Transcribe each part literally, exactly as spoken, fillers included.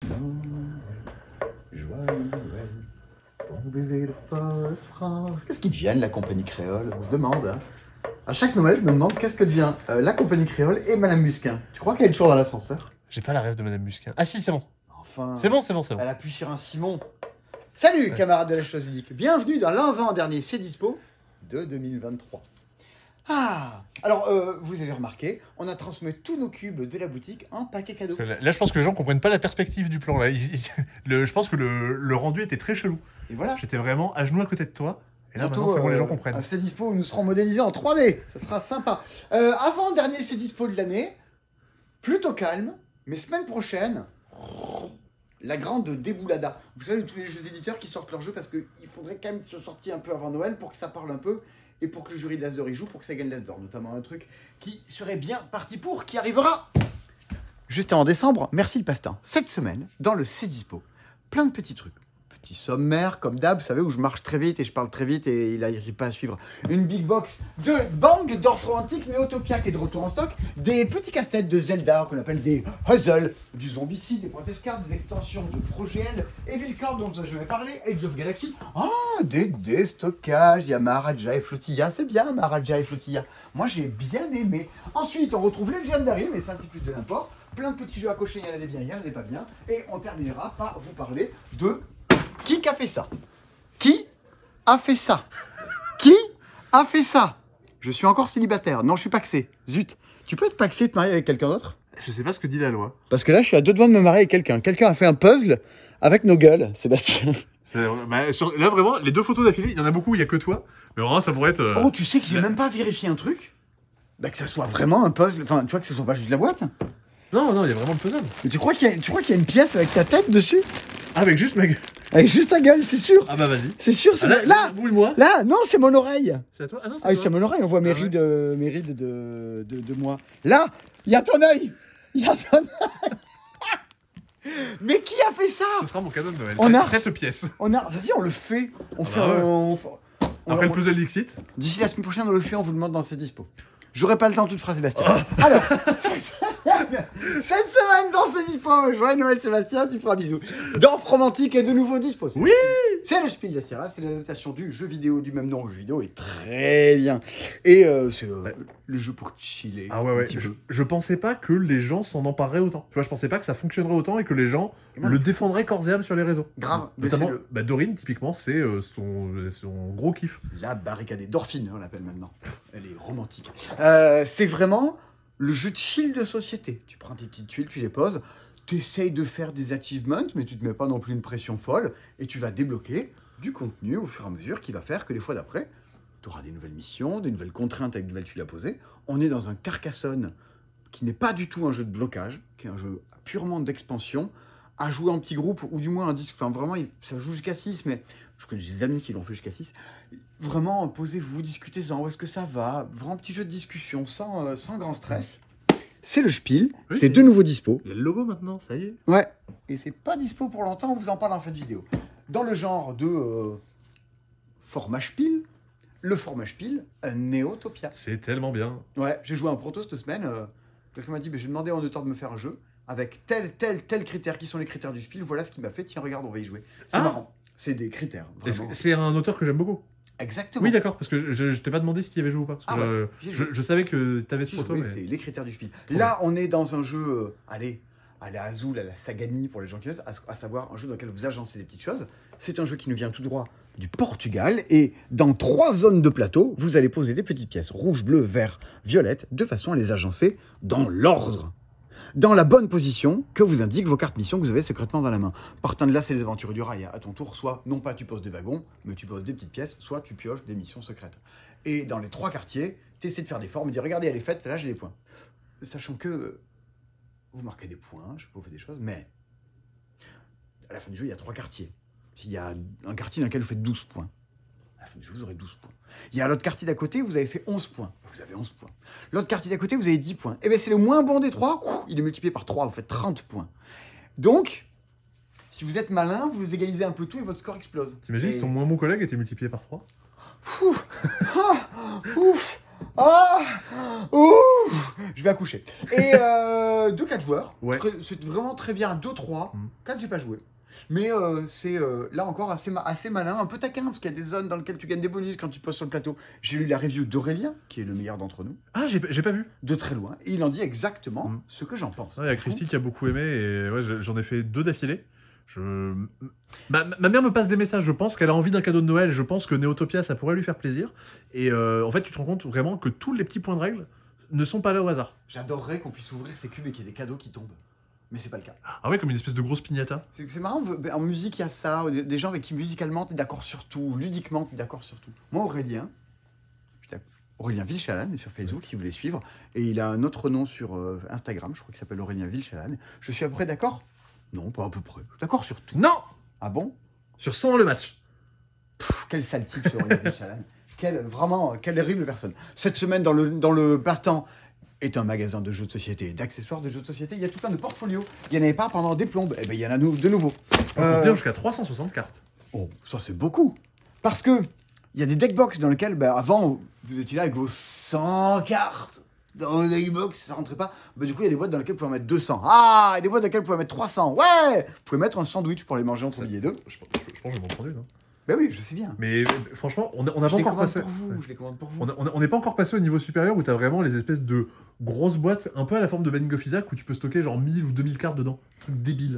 Joyeux Noël, bon baiser de folle France. Qu'est-ce qu'ils deviennent, la compagnie créole? On se demande. Hein. À chaque Noël, je me demande qu'est-ce que devient euh, la compagnie créole et Madame Musquin. Tu crois qu'elle est toujours dans l'ascenseur? J'ai pas la rêve de Madame Musquin. Ah si, c'est bon. Enfin. C'est bon, c'est bon, c'est bon. Elle appuie sur un Simon. Salut, ouais. camarades de la chose unique. Bienvenue dans l'avant-dernier C'est Dispo de deux mille vingt-trois. Ah, alors euh, vous avez remarqué, on a transmis tous nos cubes de la boutique en paquet cadeau. Là, là, je pense que les gens comprennent pas la perspective du plan. Là, ils, ils, le, je pense que le, le rendu était très chelou. Et voilà. J'étais vraiment à genoux à côté de toi. Et là, Bientôt, maintenant, c'est bon, euh, les gens comprennent. C'est Dispo, nous serons modélisés en trois D. Ça sera sympa. Euh, avant dernier C'est Dispo de l'année, plutôt calme, mais semaine prochaine, la grande déboulada. Vous savez, tous les jeux éditeurs qui sortent leurs jeux parce qu'il faudrait quand même se sortir un peu avant Noël pour que ça parle un peu. Et pour que le jury de l'As d'Or y joue, pour que ça gagne l'As d'Or, notamment un truc qui serait bien parti pour, qui arrivera juste en décembre. Merci le passe-temps. Cette semaine, dans le C'est Dispo, plein de petits trucs. Petit sommaire, comme d'hab, vous savez, où je marche très vite et je parle très vite et il n'arrive pas à suivre. Une big box de Bang, d'Orfro Antique, Néotopia qui est de retour en stock. Des petits casse-têtes de Zelda qu'on appelle des puzzles, du Zombicide, des protège cartes, des extensions de Projet L, Evil Card dont je vais parler, Age of Galaxy. Ah, des déstockages, il y a Maharaja et Flotilla, c'est bien Maharaja et Flotilla. Moi j'ai bien aimé. Ensuite, on retrouve Legendary, mais ça c'est plus de l'import. Plein de petits jeux à cocher, il y en a des bien, il y en a des pas bien. Et on terminera par vous parler de... Qui a fait ça? Qui a fait ça? Qui a fait ça? Je suis encore célibataire. Non, je suis paxé. Zut. Tu peux être paxé et te marier avec quelqu'un d'autre? Je sais pas ce que dit la loi. Parce que là, je suis à deux doigts de me marier avec quelqu'un. Quelqu'un a fait un puzzle avec nos gueules, Sébastien. Bah, sur, là, vraiment, les deux photos d'affilée, il y en a beaucoup, il y a que toi. Mais vraiment, ça pourrait être... Euh... Oh, tu sais que j'ai là... même pas vérifié un truc? Bah, que ça soit vraiment un puzzle. Enfin, tu vois, que ce soit pas juste la boîte. Non, non, il y a vraiment le puzzle. Mais tu crois qu'il y a, tu crois qu'il y a une pièce avec ta tête dessus? Ah, avec juste ma gueule. Avec juste ta gueule, c'est sûr. Ah bah vas-y. C'est sûr, c'est ah, là. Là, là, boule-moi. Là, non, c'est mon oreille. C'est à toi? Ah non, c'est Ah oui, c'est mon oreille, on voit mes ah, rides, ouais. euh, mes rides de, de, de moi. Là, il y a ton œil. Il y a ton œil. Mais qui a fait ça? Ce sera mon cadeau de Noël. On a... cette pièce. On a... Vas-y, on le fait. On ah fait bah ouais. un... on... Après on... le puzzle Dixit. D'ici la semaine prochaine, on le fait, on vous demande dans C'est Dispo. J'aurai pas le temps de toute phrase, Sébastien. Oh. Alors, cette semaine dans C'est Dispo, joyeux Noël Sébastien, tu feras un bisou. Dans Romantique et de nouveau dispo. Oui. C'est le Spiel des Sierra, c'est l'adaptation du jeu vidéo du même nom. Le jeu vidéo est très bien. Et euh, c'est euh, ouais. le jeu pour chiller. Ah ouais, ouais. Je, je pensais pas que les gens s'en empareraient autant. Tu vois, je pensais pas que ça fonctionnerait autant et que les gens non, le défendraient corps et âme sur les réseaux. Grave. Notamment, le... bah, Dorine, typiquement, c'est euh, son, son gros kiff. La barricade d'Orphine, on l'appelle maintenant. Elle est romantique. Euh, c'est vraiment le jeu de chill de société. Tu prends tes petites tuiles, tu les poses, tu essayes de faire des achievements, mais tu te mets pas non plus une pression folle, et tu vas débloquer du contenu au fur et à mesure qui va faire que les fois d'après, tu auras des nouvelles missions, des nouvelles contraintes avec de nouvelles tuiles à poser. On est dans un Carcassonne qui n'est pas du tout un jeu de blocage, qui est un jeu purement d'expansion, à jouer en petit groupe, ou du moins un disque, enfin vraiment, ça joue jusqu'à six, mais je connais des amis qui l'ont fait jusqu'à six. Vraiment, posez-vous, discutez-en, où est-ce que ça va, vraiment petit jeu de discussion, sans, euh, sans grand stress. C'est le Spiel, oui, c'est de nouveau dispo. Il y a le logo maintenant, ça y est. Ouais, et c'est pas dispo pour longtemps, on vous en parle en fin de vidéo. Dans le genre de euh, format Spiel, le format Spiel, un Néotopia. C'est tellement bien. Ouais, j'ai joué un proto cette semaine, euh, quelqu'un m'a dit, bah, j'ai demandé à un auteur de me faire un jeu, avec tel, tel, tel critère, qui sont les critères du Spiel, voilà ce qu'il m'a fait, tiens, regarde, on va y jouer. C'est ah. marrant, c'est des critères, vraiment. C'est un auteur que j'aime beaucoup. Exactement. Oui, d'accord, parce que je, je t'ai pas demandé si tu y avais joué ou pas. Parce que ah ouais, je, je, je savais que tu avais ce proto. Mais... Mais... C'est les critères du Spiel. Là, on est dans un jeu, euh, allez, à la Azul, à la Sagani, pour les gens qui connaissent, à, à savoir un jeu dans lequel vous agencez des petites choses. C'est un jeu qui nous vient tout droit du Portugal, et dans trois zones de plateau, vous allez poser des petites pièces rouge, bleu, vert, violette, de façon à les agencer dans l'ordre, dans la bonne position que vous indiquent vos cartes missions que vous avez secrètement dans la main. Partant de là, c'est les aventures du rail. À ton tour, soit, non pas tu poses des wagons, mais tu poses des petites pièces, soit tu pioches des missions secrètes. Et dans les trois quartiers, tu essaies de faire des formes et de dire, regardez, elle est faite, là j'ai des points. Sachant que vous marquez des points, je sais pas, vous faites des choses, mais à la fin du jeu, il y a trois quartiers. Il y a un quartier dans lequel vous faites douze points. À la fin du jeu, vous aurez douze points. Il y a l'autre quartier d'à côté, vous avez fait onze points. Vous avez onze points. L'autre quartier d'à côté, vous avez dix points. Et bien, c'est le moins bon des trois. Il est multiplié par trois, vous faites trente points. Donc, si vous êtes malin, vous égalisez un peu tout et votre score explose. T'imagines et... si ton moins bon collègue était multiplié par trois? Ouf. Ah, ouf. Ah Ouh Je vais accoucher. Et euh, deux quatre joueurs. Ouais. Très- C'est vraiment très bien. deux trois. Mm. quatre, j'ai pas joué. Mais euh, c'est euh, là encore assez, ma- assez malin, un peu taquin, parce qu'il y a des zones dans lesquelles tu gagnes des bonus quand tu passes sur le plateau. J'ai lu la review d'Aurélien, qui est le meilleur d'entre nous, Ah, j'ai j'ai pas vu. de très loin, et il en dit exactement Mm. ce que j'en pense. Il y a Christy qui a beaucoup aimé et ouais, je- j'en ai fait deux d'affilée. Je... Ma, ma mère me passe des messages, je pense qu'elle a envie d'un cadeau de Noël, je pense que Neotopia ça pourrait lui faire plaisir. Et euh, en fait, tu te rends compte vraiment que tous les petits points de règle ne sont pas là au hasard. J'adorerais qu'on puisse ouvrir ces cubes et qu'il y ait des cadeaux qui tombent. Mais c'est pas le cas. Ah ouais, comme une espèce de grosse piñata. C'est c'est marrant, en musique il y a ça, des des gens avec qui musicalement t'es d'accord sur tout, ludiquement t'es d'accord sur tout. Moi Aurélien, putain, Aurélien Vilchalan sur Facebook si vous voulez suivre, et il a un autre nom sur euh, Instagram, je crois qu'il s'appelle Aurélien Vilchalan. Je suis à peu près d'accord? Non, pas à peu près. D'accord sur tout. Non. Ah bon? Sur cent le match. Pff, quel sale type ce Aurélien Vilchalan. Quelle, vraiment, quelle horrible personne. Cette semaine dans le, dans le passe-temps est un magasin de jeux de société, d'accessoires de jeux de société. Il y a tout plein de portfolios. Il n'y en avait pas pendant des plombes. Eh ben il y en a nou- de nouveau. On Euh, peut dire jusqu'à trois cent soixante cartes. Oh, ça c'est beaucoup. Parce que il y a des deckbox dans lesquels, bah, avant, vous étiez là avec vos cent cartes. Dans le deckbox, ça rentrait pas. Bah, du coup, il y a des boîtes dans lesquelles vous pouvez en mettre deux cents. Ah, il y a des boîtes dans lesquelles vous pouvez mettre trois cents. Ouais. Vous pouvez mettre un sandwich pour les manger entre Ça- midi et deux. Je, pense- je, je pense que je vais m'en prendre une. Hein. Ben oui, je sais bien. Mais euh, franchement, on n'a on n'a Je pas les encore commande passé. pour vous. Je les commande pour vous. On a- on a- on n'est pas encore passé au niveau supérieur où tu as vraiment les espèces de grosses boîtes, un peu à la forme de Binding of Isaac, où tu peux stocker genre mille ou deux mille cartes dedans. Un truc débile.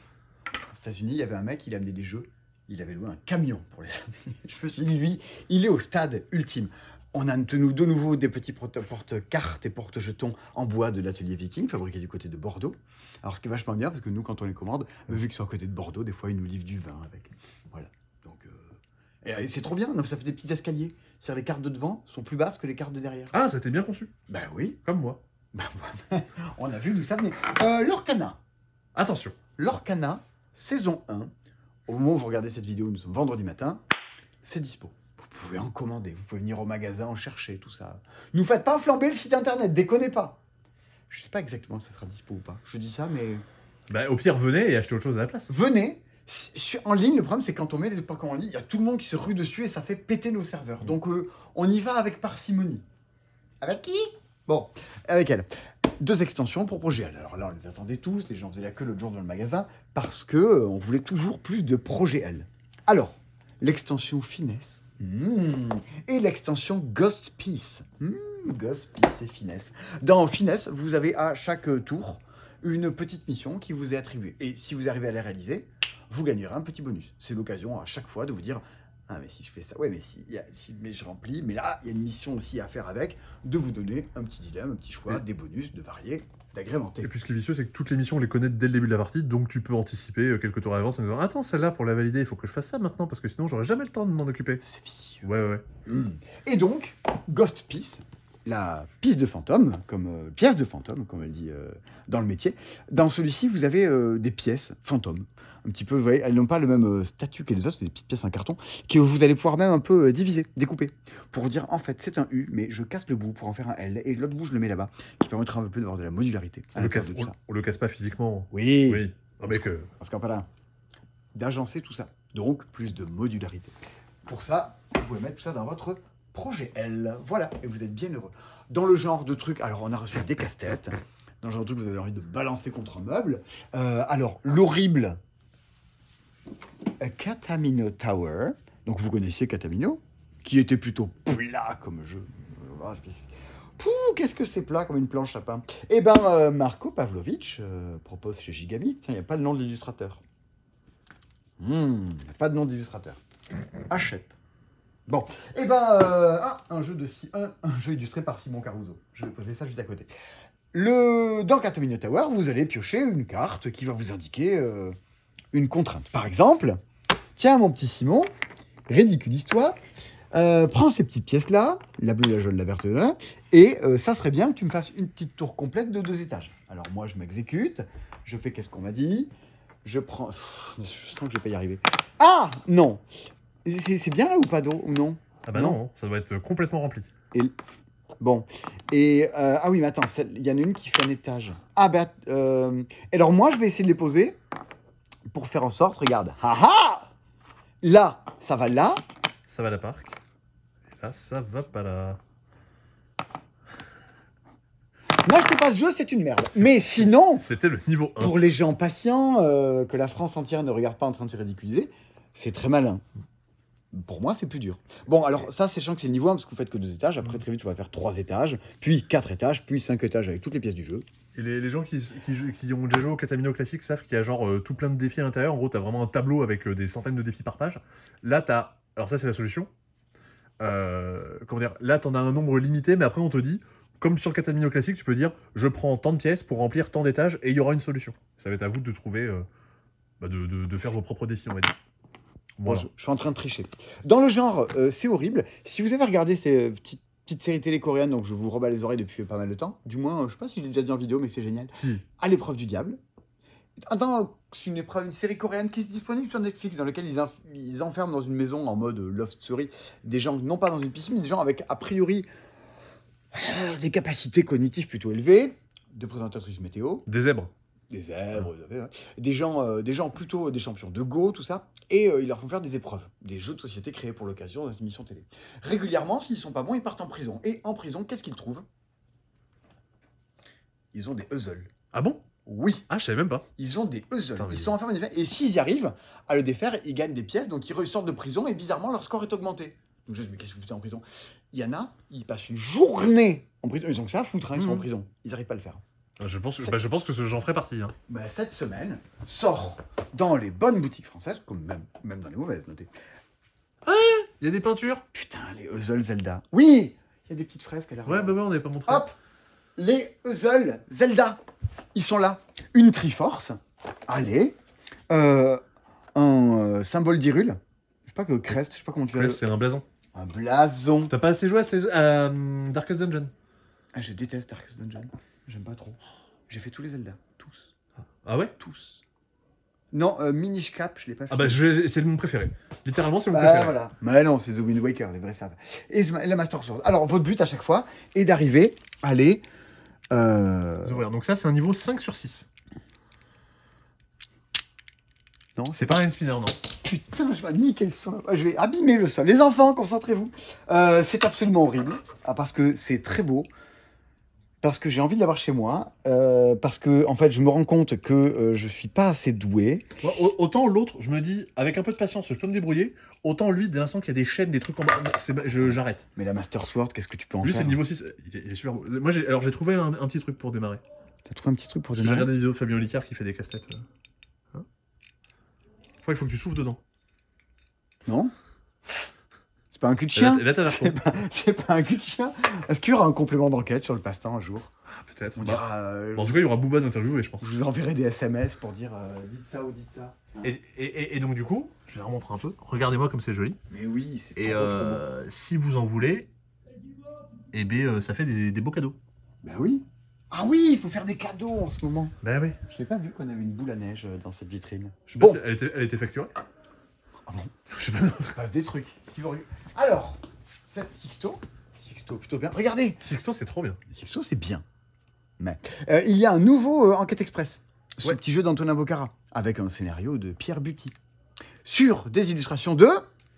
Aux États-Unis, il y avait un mec, il amenait des jeux. Il avait loué un camion pour les amener. Je me suis dit, lui, il est au stade ultime. On a de nou- de nouveau des petits porte- porte-cartes et porte-jetons en bois de l'atelier Viking, fabriqués du côté de Bordeaux. Alors, ce qui est vachement bien, parce que nous, quand on les commande, bah, vu qu'ils sont à côté de Bordeaux, des fois, ils nous livrent du vin avec. Voilà. Donc, euh, et, euh, c'est trop bien. Donc, ça fait des petits escaliers. C'est-à-dire, les cartes de devant sont plus basses que les cartes de derrière. Ah, c'était bien conçu. Ben oui. Comme moi. Ben, voilà. On a vu d'où ça venait. Euh, L'Orcana. Attention. L'Orcana, saison un. Au moment où vous regardez cette vidéo, nous sommes vendredi matin, c'est dispo. Vous pouvez en commander, vous pouvez venir au magasin en chercher, tout ça. Ne faites pas flamber le site internet, déconnez pas. Je sais pas exactement si ça sera dispo ou pas. Je dis ça, mais Bah, au pire, venez et achetez autre chose à la place. venez. Si- sur- En ligne, le problème, c'est quand on met les Pokémon en ligne, il y a tout le monde qui se rue dessus et ça fait péter nos serveurs. Donc, euh, on y va avec parcimonie. Avec qui? Bon, avec elle. Deux extensions pour Projet L. Alors là, on les attendait tous, les gens faisaient la queue l'autre jour dans le magasin, parce que euh, on voulait toujours plus de Projet L. Alors, l'extension Finesse, mmh, et l'extension Ghost Peace. Mmh, Ghost Peace et Finesse. Dans Finesse, vous avez à chaque euh, tour une petite mission qui vous est attribuée. Et si vous arrivez à la réaliser, vous gagnerez un petit bonus. C'est l'occasion à chaque fois de vous dire: ah, mais si je fais ça, ouais, mais si, y a- si mais je remplis, mais là, il y a une mission aussi à faire avec, de vous donner un petit dilemme, un petit choix, Et- des bonus, de varier, d'agrémenter. Et puis ce qui est vicieux, c'est que toutes les missions, on les connaît dès le début de la partie, donc tu peux anticiper euh, quelques tours à l'avance en disant attends, celle-là, pour la valider, il faut que je fasse ça maintenant, parce que sinon, j'aurai jamais le temps de m'en occuper. C'est vicieux. Ouais, ouais, ouais. Mm. Et donc, Ghost Piece, la piste de fantôme, comme euh, pièce de fantôme, comme elle dit euh, dans le métier. Dans celui-ci, vous avez euh, des pièces fantômes. Un petit peu, vous voyez, elles n'ont pas le même euh, statut que les autres, c'est des petites pièces en carton que vous allez pouvoir même un peu euh, diviser, découper, pour dire en fait c'est un U, mais je casse le bout pour en faire un L, et l'autre bout je le mets là-bas, qui permettra un peu d'avoir de la modularité. à On le, l'intérieur casse, de tout on, ça. on le casse pas physiquement. Oui, Oui. Non, mais que. parce qu'en là d'agencer tout ça. Donc, plus de modularité. Pour ça, vous pouvez mettre tout ça dans votre projet L. Voilà, et vous êtes bien heureux. Dans le genre de truc, alors on a reçu des casse-têtes. Dans le genre de truc que vous avez envie de balancer contre un meuble. Euh, alors, l'horrible Katamino Tower. Donc, vous connaissiez Katamino, qui était plutôt plat comme jeu. Voilà ce qui c'est. Pouh, qu'est-ce que c'est plat comme une planche à pain. Eh ben, euh, Marco Pavlovitch euh, propose chez Gigami. Tiens, il n'y a pas le nom de l'illustrateur. Hmm, il n'y a pas de nom d'illustrateur. Achète. Bon, eh ben, euh, ah, un jeu de si, un, un jeu illustré par Simon Caruso. Je vais poser ça juste à côté. Le, dans Katamino Tower, vous allez piocher une carte qui va vous indiquer euh, une contrainte. Par exemple, tiens mon petit Simon, ridiculise-toi, euh, prends ces petites pièces-là, la bleue, la jaune, la verte, là, et euh, ça serait bien que tu me fasses une petite tour complète de deux étages. Alors moi, je m'exécute, je fais qu'est-ce qu'on m'a dit, je prends... Pff, je sens que je vais pas y arriver. Ah non. C'est c'est bien là ou pas d'eau ou non? Ah bah non, non, ça doit être complètement rempli. Et, bon. Et, euh, ah oui, mais attends, celle- il y en a une qui fait un étage. Ah ben, euh, alors moi, je vais essayer de les poser pour faire en sorte, regarde. Ah ah. Là, ça va là. Ça va à la parc. Et là, ça va pas là. N'achetez pas ce jeu, c'est une merde. Mais sinon, C'était le niveau un. pour les gens patients, euh, que la France entière ne regarde pas en train de se ridiculiser, c'est très malin. Pour moi, c'est plus dur. Bon, alors ça, sachant que c'est le niveau un, parce que vous faites que deux étages, après très vite, on va faire trois étages, puis quatre étages, puis cinq étages avec toutes les pièces du jeu. Et les, les gens qui, qui, jouent- qui ont déjà joué au Catamino classique savent qu'il y a genre euh, tout plein de défis à l'intérieur. En gros, t'as vraiment un tableau avec euh, des centaines de défis par page. Là, t'as. Alors, ça, c'est la solution. Euh, comment dire? Là, t'en as un nombre limité, mais après, on te dit, comme sur le Catamino classique, tu peux dire je prends tant de pièces pour remplir tant d'étages et il y aura une solution. Ça va être à vous de trouver. euh, bah, de, de, de faire vos propres défis, on va dire. Bon, Voilà. je, je suis en train de tricher. Dans le genre, euh, c'est horrible. Si vous avez regardé ces euh, petites, petites séries télé coréennes, donc je vous rebats les oreilles depuis pas mal de temps, du moins, euh, je sais pas si je l'ai déjà dit en vidéo, mais c'est génial. Si. À l'épreuve du diable. Attends, c'est une épreuve, une série coréenne qui est disponible sur Netflix, dans laquelle ils, inf- ils enferment dans une maison en mode euh, Love Story des gens, non pas dans une piscine, mais des gens avec a priori euh, des capacités cognitives plutôt élevées, de présentatrices météo, Des zèbres. des zèbres, ouais, des gens, euh, des gens plutôt des champions de Go, tout ça, et euh, ils leur font faire des épreuves, des jeux de société créés pour l'occasion dans des émissions télé. Régulièrement, s'ils sont pas bons, ils partent en prison. Et en prison, qu'est-ce qu'ils trouvent? Ils ont des puzzles. Ah bon? Oui, Ah, je savais même pas. ils ont des puzzles. Putain, mais- Ils sont enfermés dans des... Et s'ils y arrivent à le défaire, ils gagnent des pièces, donc ils ressortent de prison, et bizarrement, leur score est augmenté. Donc je me dis, mais qu'est-ce que vous foutez en prison? Il y en a, ils passent une journée en prison, ils ont que ça à foutre, hein, ils sont en Mhm. prison. Ils n'arrivent pas à le faire. Je pense, C'est- bah, je pense que ce- j'en ferai partie. Hein. Bah, cette semaine sort dans les bonnes boutiques françaises, comme même, même dans les mauvaises, notez. Il y a des peintures? Putain, les puzzles Zelda. Oui, il y a des petites fresques à l'arrière. Ouais, bah ouais, on n'avait pas montré. Hop, les puzzles Zelda. Ils sont là. Une Triforce. Allez. Euh, un euh, symbole d'Hyrule. Je sais pas que crest, je sais pas comment tu vas Ouais, le... c'est un blason. Un blason. T'as pas assez joué à, ces- à, euh, Darkest Dungeon? Ah, je déteste Darkest Dungeon. J'aime pas trop. J'ai fait tous les Zelda. Tous. Ah ouais? Tous. Non, euh, Minish Cap, je l'ai pas fait. Ah bah je- c'est mon préféré. Littéralement, c'est mon Ah, préféré. voilà. Mais non, c'est The Wind Waker, les vrais savent. Et la Master Sword. Alors, votre but à chaque fois est d'arriver à les... Euh... The Warrior. Donc ça, c'est un niveau cinq sur six. Non, C'est pas un spinner, non. Putain, je vais niquer le son. Je vais abîmer le sol. Les enfants, concentrez-vous. Euh, c'est absolument horrible. Ah, parce que c'est très beau. Parce que j'ai envie de l'avoir chez moi. Euh, parce que, en fait, je me rends compte que euh, je suis pas assez doué. Moi, au- autant l'autre, je me dis, avec un peu de patience, je peux me débrouiller. Autant lui, dès l'instant qu'il y a des chaînes, des trucs en bas, c'est- je- j'arrête. Mais la Master Sword, qu'est-ce que tu peux en Lui, c'est faire? le niveau six. Il est, il est super beau. Moi, j'ai- alors j'ai trouvé un, un petit truc pour démarrer. T'as trouvé un petit truc pour J'ai démarrer? regardé des vidéos de Fabien Olicard qui fait des casse-têtes. euh. Hein je crois qu'il faut que tu souffles dedans. Non? C'est pas un cul de Et là, chien? et là, t'as l'air C'est con. pas, c'est pas un cul de chien? Est-ce qu'il y aura un complément d'enquête sur le passe-temps un jour? Ah, peut-être. On Bah, dira... euh, bon, en tout cas, il y aura Booba d'interviewer, je pense. je vous enverrai des S M S pour dire euh, dites ça ou dites ça. Et, et- et- et donc, du coup, je vais leur montrer un peu. Regardez-moi comme c'est joli. Mais oui, c'est Et trop, trop beau. euh, si vous en voulez, eh bien, euh, ça fait des, des beaux cadeaux. Bah oui. Ah oui, il faut faire des cadeaux en ce moment. Bah oui. Je n'ai pas vu qu'on avait une boule à neige euh, dans cette vitrine. Je sais pas Bon, si elle était, elle était facturée. Ah bon. Je sais pas. il se passe des trucs. Si vous... Alors, c'est- Sixto, Sixto plutôt bien. Regardez, Sixto, c'est trop bien. Sixto c'est bien. Mais euh, il y a un nouveau euh, Enquête Express, ce Ouais. petit jeu d'Antonin Bocara, avec un scénario de Pierre Buty, sur des illustrations de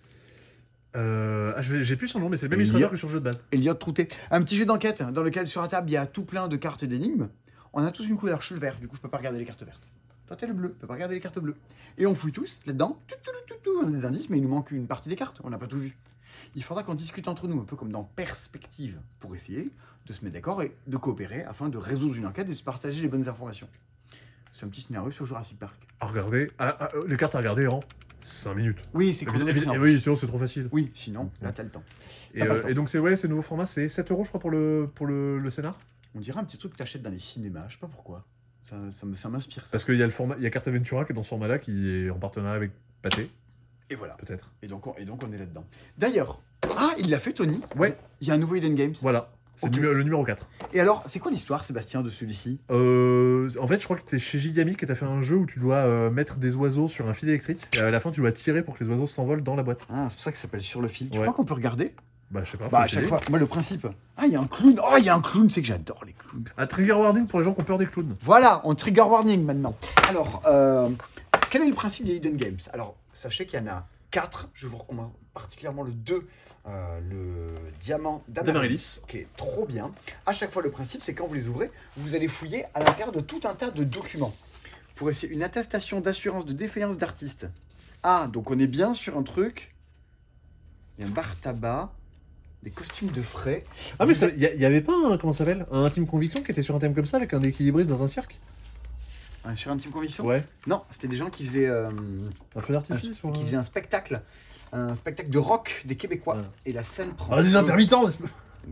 Euh, ah, je vais- j'ai plus son nom, mais c'est le même Et il y a- illustrateur que sur le jeu de base. Elliot Trouté. Un petit jeu d'enquête dans lequel sur la table il y a tout plein de cartes d'énigmes. On a tous une couleur, je suis le vert, du coup je peux pas regarder les cartes vertes. Toi t'es le bleu, tu peux pas regarder les cartes bleues. Et on fouille tous là-dedans, tout, tout, tout, tout, on a des indices, mais il nous manque une partie des cartes, on n'a pas tout vu. Il faudra qu'on discute entre nous, un peu comme dans Perspective, pour essayer de se mettre d'accord et de coopérer afin de résoudre une enquête et de se partager les bonnes informations. C'est un petit scénario sur Jurassic Park. À regarder, ah, ah, euh, les cartes à regarder en cinq minutes. Oui, c'est Évi- chronométré. évi- en oui, plus. sinon c'est trop facile. Oui, sinon, là t'as le temps. Et, T'as pas euh, le temps. et donc c'est ouais, c'est nouveau format, c'est sept euros je crois pour le pour le, le scénar. On dirait un petit truc que t'achètes dans les cinémas, je sais pas pourquoi. Ça, ça me- ça m'inspire ça. Parce qu'il y a le format, il y a Carte Aventura qui est dans ce format-là, qui est en partenariat avec Pathé, Et voilà. peut-être. Et donc, on, et donc on est là-dedans. D'ailleurs, ah, il l'a fait Tony. Ouais. Il y a un nouveau Hidden Games. Voilà, c'est Ok. le, numé- le numéro quatre. Et alors, c'est quoi l'histoire, Sébastien, de celui-ci? Euh, en fait, je crois que t'es chez Gigamic et t'as fait un jeu où tu dois euh, mettre des oiseaux sur un fil électrique et à la fin tu dois tirer pour que les oiseaux s'envolent dans la boîte. Ah, c'est pour ça que ça s'appelle Sur le fil. Tu Ouais. crois qu'on peut regarder? Bah je sais pas. Bah, faut à chaque essayer. fois. Moi, le principe. Ah, il y a un clown. Oh, il y a un clown. C'est que j'adore les clowns. Un trigger warning pour les gens qui ont peur des clowns. Voilà, on trigger warning maintenant. Alors, euh, quel est le principe des Hidden Games? Alors, sachez qu'il y en a quatre. Je vous recommande particulièrement le deux, euh, le diamant d'Amaryllis, qui est trop bien. À chaque fois, le principe, c'est quand vous les ouvrez, vous allez fouiller à l'intérieur de tout un tas de documents. Pour essayer une attestation d'assurance de défaillance d'artiste. Ah, donc on est bien sur un truc. Il y a un bar tabac, des costumes de frais. Ah, mais il y, y avait pas un, comment ça s'appelle, un Intime Conviction qui était sur un thème comme ça, avec un équilibriste dans un cirque? Un, sur Intime Conviction? Ouais. Non, c'était des gens qui faisaient, euh, un feu d'artifice, un, qui faisaient un spectacle. Un spectacle de rock des Québécois. Ouais. Et la scène prend... Ah, des intermittents, n'est-ce pas?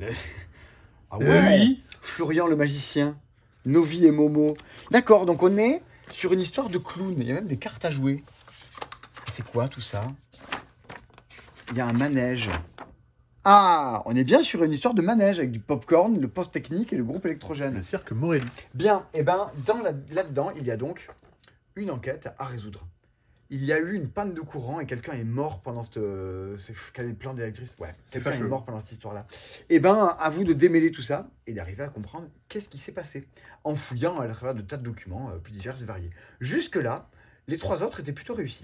Ah ouais, oui. Florian le magicien, Novi et Momo. D'accord, donc on est sur une histoire de clown. Il y a même des cartes à jouer. C'est quoi tout ça? Il y a un manège. Ah, on est bien sur une histoire de manège avec du popcorn, le poste technique et le groupe électrogène. Le cirque Morelli. Bien, et ben dans la, là-dedans, il y a donc une enquête à résoudre. Il y a eu une panne de courant et quelqu'un est mort pendant cette... C'est quel est le plan d'électrice? Ouais, quelqu'un est mort pendant cette histoire-là. Et ben, à vous de démêler tout ça et d'arriver à comprendre qu'est-ce qui s'est passé en fouillant à travers de tas de documents euh, plus divers et variés. Jusque-là, les trois autres étaient plutôt réussis.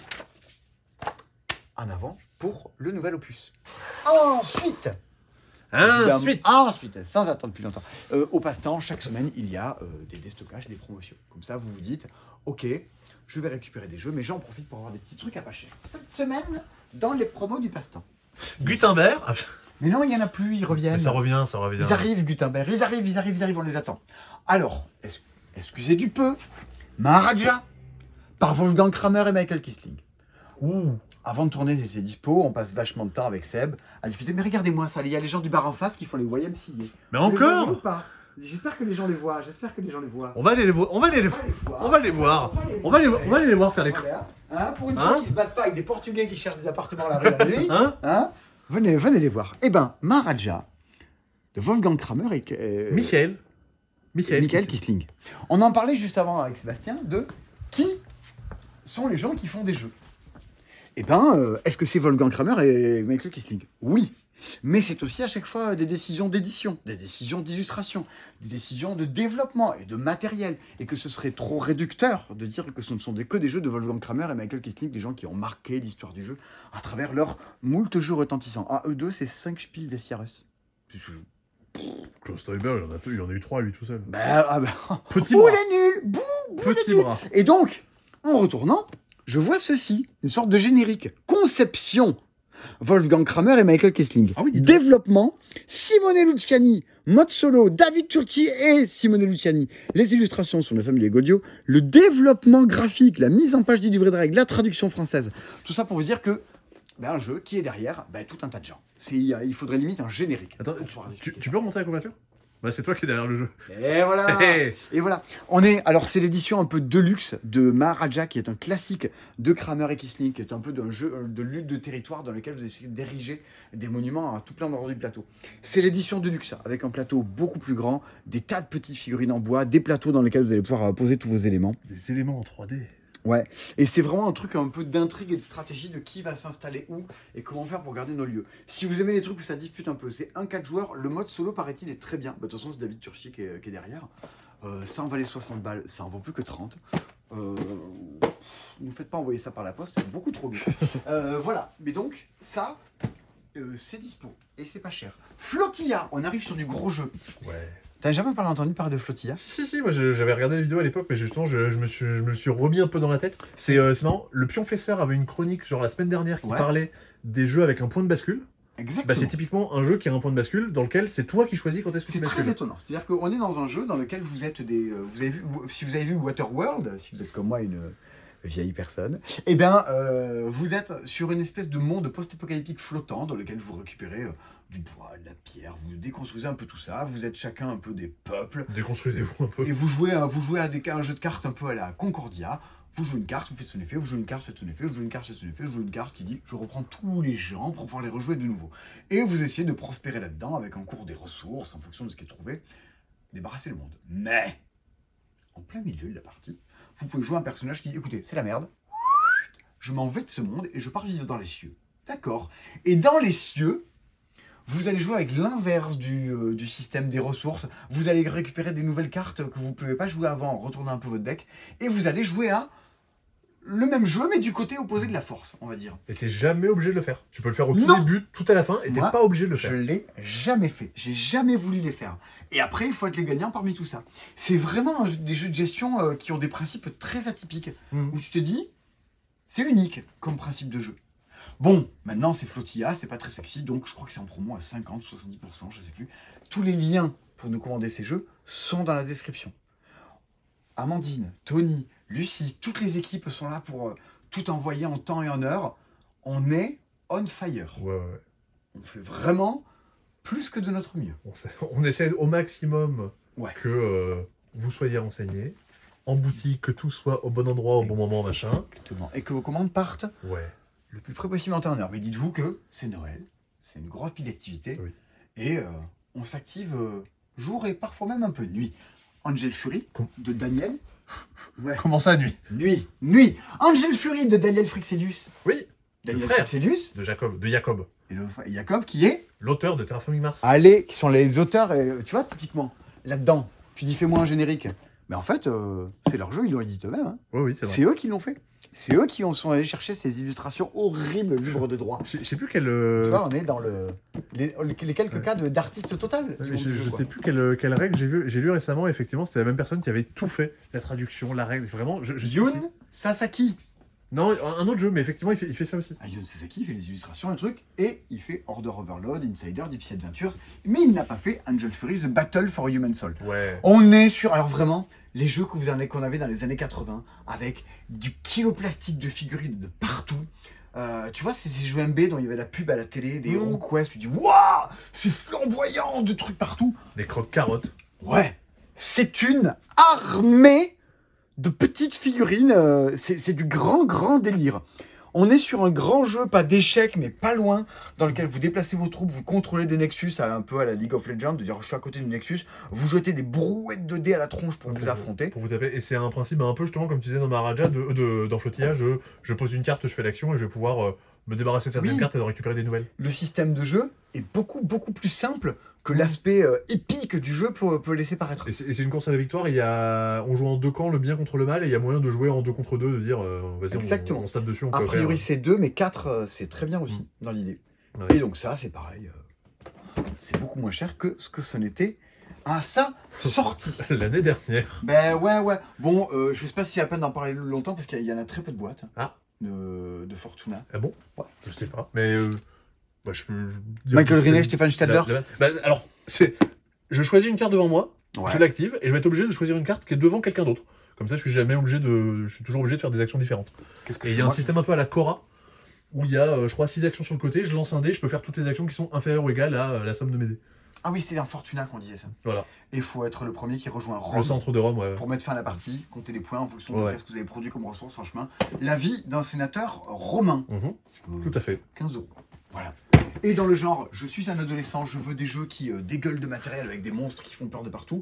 En avant pour le nouvel opus. Ensuite, ensuite, ensuite, sans attendre plus longtemps, euh, au passe-temps, chaque semaine, il y a euh, des déstockages et des promotions. Comme ça, vous vous dites, ok, je vais récupérer des jeux, mais j'en profite pour avoir des petits trucs à pas cher. Cette semaine, dans les promos du passe-temps. Gutenberg. Mais non, il n'y en a plus, ils reviennent. Mais ça revient, ça revient. Ils arrivent, Gutenberg, ils arrivent, ils arrivent, ils arrivent, on les attend. Alors, excusez du peu, Maharaja, par Wolfgang Kramer et Michael Kisling. Ouh. Avant de tourner ces dispos, on passe vachement de temps avec Seb à discuter. Mais regardez-moi ça, il y a les gens du bar en face qui font les Y M C A. Mais encore pas. J'espère que les gens les voient, j'espère que les gens les voient. On va aller les voir, on va aller les voir. On va les voir. On va les voir, on va aller les voir faire les coups. Hein, pour une fois qu'ils se battent pas avec des Portugais qui cherchent des appartements à la rue la nuit. Hein, hein, venez, venez les voir. Eh ben, Maharaja, de Wolfgang Kramer et... Euh, Michael. Michael, Michael Kisling. On en parlait juste avant avec Sébastien de qui sont les gens qui font des jeux. Eh bien, euh, est-ce que c'est Wolfgang Kramer et Michael Kisling? Oui, mais c'est aussi à chaque fois des décisions d'édition, des décisions d'illustration, des décisions de développement et de matériel, et que ce serait trop réducteur de dire que ce ne sont que des jeux de Wolfgang Kramer et Michael Kisling, des gens qui ont marqué l'histoire du jeu à travers leurs moult jeux retentissants. Ah, eux deux, c'est cinq Spiel des Jahres. Klaus Teuber, il en a, il en a eu trois, lui, tout seul. Bah, ah bah... Petit bras. Ouh, les nuls. Bouh, bouh, Petit les bras. Nuls. Et donc, en retournant, je vois ceci, une sorte de générique. Conception, Wolfgang Kramer et Michael Kisling. Ah oui, développement, Simone Luciani. Mode solo, David Turchi et Simone Luciani. Les illustrations sont de Samuel Gaudio. Le développement graphique, la mise en page du livret de règles, la traduction française. Tout ça pour vous dire que ben, un jeu qui est derrière, ben, tout un tas de gens. Il faudrait limite un générique. Attends, tu, tu peux remonter la couverture? Bah, c'est toi qui es derrière le jeu. Et voilà. Hey. Et voilà. On est. Alors c'est l'édition un peu deluxe de Maharaja, qui est un classique de Kramer et Kisling, qui est un peu d'un jeu de lutte de territoire dans lequel vous essayez d'ériger des monuments à tout plein d'endroits du plateau. C'est l'édition deluxe avec un plateau beaucoup plus grand, des tas de petites figurines en bois, des plateaux dans lesquels vous allez pouvoir poser tous vos éléments. Des éléments en trois D. Ouais, et c'est vraiment un truc un peu d'intrigue et de stratégie de qui va s'installer où et comment faire pour garder nos lieux. Si vous aimez les trucs où ça dispute un peu, c'est un quatre joueurs, le mode solo paraît-il est très bien. Bah, de toute façon, c'est David Turchi qui est, qui est derrière. Euh, ça en valait soixante balles, ça en vaut plus que trente. Euh, ne vous faites pas envoyer ça par la poste, c'est beaucoup trop lourd. euh, voilà, mais donc, ça, euh, c'est dispo et c'est pas cher. Flotilla, on arrive sur du gros jeu. Ouais. T'as jamais parlé entendu parler de Flotilla? Si, si, si, moi j'avais regardé la vidéo à l'époque, mais justement, je, je, me suis, je me suis remis un peu dans la tête. C'est euh, marrant, le Pionfesseur avait une chronique, genre la semaine dernière, qui ouais. parlait des jeux avec un point de bascule. Exactement. Bah, c'est typiquement un jeu qui a un point de bascule dans lequel c'est toi qui choisis quand est-ce que tu bascules. C'est très étonnant. C'est-à-dire qu'on est dans un jeu dans lequel vous êtes des. Euh, vous avez vu, si vous avez vu Waterworld, si vous êtes comme moi une euh, vieille personne, eh bien, euh, vous êtes sur une espèce de monde post-apocalyptique flottant dans lequel vous récupérez euh, du bois, de la pierre, vous déconstruisez un peu tout ça. Vous êtes chacun un peu des peuples. Déconstruisez-vous un peu. Et vous jouez, vous jouez à des, un jeu de cartes un peu à la Concordia. Vous jouez une carte, vous faites son effet, vous jouez une carte, vous faites son effet, vous jouez une carte, vous faites son effet, vous jouez une carte qui dit je reprends tous les gens pour pouvoir les rejouer de nouveau. Et vous essayez de prospérer là-dedans avec un cours des ressources en fonction de ce qui est trouvé, débarrasser le monde. Mais, en plein milieu de la partie, vous pouvez jouer un personnage qui dit écoutez, c'est la merde, je m'en vais de ce monde et je pars vivre dans les cieux. D'accord. Et dans les cieux, vous allez jouer avec l'inverse du, euh, du système des ressources. Vous allez récupérer des nouvelles cartes que vous ne pouvez pas jouer avant en retournant un peu votre deck. Et vous allez jouer à le même jeu, mais du côté opposé de la force, on va dire. Et t'es jamais obligé de le faire. Tu peux le faire au tout Non. début, tout à la fin, et t'es Moi, pas obligé de le Je faire. l'ai jamais fait. J'ai jamais voulu les faire. Et après, il faut être les gagnants parmi tout ça. C'est vraiment un jeu- des jeux de gestion euh, qui ont des principes très atypiques. Mhm. Où tu te dis, c'est unique comme principe de jeu. Bon, maintenant c'est Flotilla, c'est pas très sexy, donc je crois que c'est en promo à cinquante, soixante-dix pour cent, je sais plus. Tous les liens pour nous commander ces jeux sont dans la description. Amandine, Tony, Lucie, toutes les équipes sont là pour euh, tout envoyer en temps et en heure. On est on fire. Ouais, ouais, ouais. On fait vraiment plus que de notre mieux. On, sait- on essaie au maximum Ouais. que euh, vous soyez renseignés, en boutique, que tout soit au bon endroit, au bon moment, machin. Exactement. Et que vos commandes partent Ouais. le plus près possible en temps et en heure. Mais dites-vous que c'est Noël, c'est une grosse pile d'activités. Oui. Et euh, on s'active euh, jour et parfois même un peu nuit. Angel Fury Com- de Daniel. Ouais. Comment ça, nuit? Nuit, nuit. Angel Fury de Daniel Frixelius. Oui, Daniel frère. Frixelius de Jacob, de Jacob, et, le, et Jacob qui est. l'auteur de Terraforming Mars. Allez, qui sont les auteurs. Et, tu vois, typiquement, là-dedans, tu dis fais-moi un générique. Mais en fait, euh, c'est leur jeu, ils l'ont édité eux-mêmes. Hein. Oui, oui, c'est vrai. C'est eux qui l'ont fait. C'est eux qui ont- sont allés chercher ces illustrations horribles, libres de droit. Je je sais plus quel. euh, Tu vois, on est dans le, les, les quelques Ouais. cas de- d'artistes total. du mais monde je, du je jeu, quoi. sais plus quelle, quelle règle j'ai vu. J'ai lu récemment, effectivement, c'était la même personne qui avait tout fait, la traduction, la règle, vraiment. Je, je sais plus qui. Yoon Sasaki. Non, un un autre jeu, mais effectivement, il fait, il fait ça aussi. Ah, Yoon Sasaki fait les illustrations, un truc, et il fait Order Overload, Insider, Deep Sea Adventures, mais il n'a pas fait Angel Fury, The Battle for Human Soul. Ouais. On est sur, alors vraiment, les jeux que vous en avez- qu'on avait dans les années quatre-vingts, avec du kiloplastique de figurines de partout. Euh, tu vois, c'est ces jeux M B dont il y avait la pub à la télé, des Mmh. Hero Quest, tu dis waouh, c'est flamboyant, de trucs partout. Des croques carottes. Ouais, c'est une armée de petites figurines, euh, c'est c'est du grand, grand délire. On est sur un grand jeu, pas d'échecs, mais pas loin, dans lequel vous déplacez vos troupes, vous contrôlez des Nexus, à- un peu à la League of Legends, de dire je suis à côté du Nexus, vous jetez des brouettes de dés à la tronche pour vous affronter. Pour vous taper. Et c'est un principe un peu, justement, comme tu disais dans Maharaja, de, de, dans Flotilla, je, je pose une carte, je fais l'action et je vais pouvoir euh, me débarrasser de certaines Oui. cartes et de récupérer des nouvelles. Le système de jeu est beaucoup, beaucoup plus simple que l'aspect euh, épique du jeu peut, peut laisser paraître. Et c'est et c'est une course à la victoire. Il y a, on joue en deux camps, le bien contre le mal, et il y a moyen de jouer en deux contre deux, de dire, euh, vas-y, Exactement. on, on se tape dessus, on A peut priori faire, c'est deux, mais quatre euh, c'est très bien aussi, dans l'idée. euh, ouais. Et donc ça, c'est pareil, euh, c'est beaucoup moins cher que ce que ce n'était à sa sortie. L'année dernière. Ben ouais, ouais. Bon, euh, je sais pas si y a peine d'en parler longtemps, parce qu'il y en a très peu de boîtes Ah. de, de Fortuna. Ah bon? Ouais. Je sais pas. Mais. Euh, bah, je peux. je peux dire Michael que- Rinet, Stéphane Stadler. La- la- bah, alors, c'est. Je choisis une carte devant moi, Ouais. je l'active, et je vais être obligé de choisir une carte qui est devant quelqu'un d'autre. Comme ça, je suis jamais obligé de. Je suis toujours obligé de faire des actions différentes. Qu'est-ce que Et je il y fais, a un moi système un peu à la Cora, où il y a, euh, je crois, six actions sur le côté, je lance un dé, je peux faire toutes les actions qui sont inférieures ou égales à euh, la somme de mes dés. Ah oui, c'était dans Fortuna qu'on disait ça. Voilà. Et il faut être le premier qui rejoint Le Rome centre de Rome, ouais. pour mettre fin à la partie, compter les points en fonction Ouais, de ouais. ce que vous avez produit comme ressources en chemin. La vie d'un sénateur romain. Mhm. Euh, Tout à fait. quinze euros. Voilà. Et dans le genre, je suis un adolescent, je veux des jeux qui euh, dégueulent de matériel avec des monstres qui font peur de partout.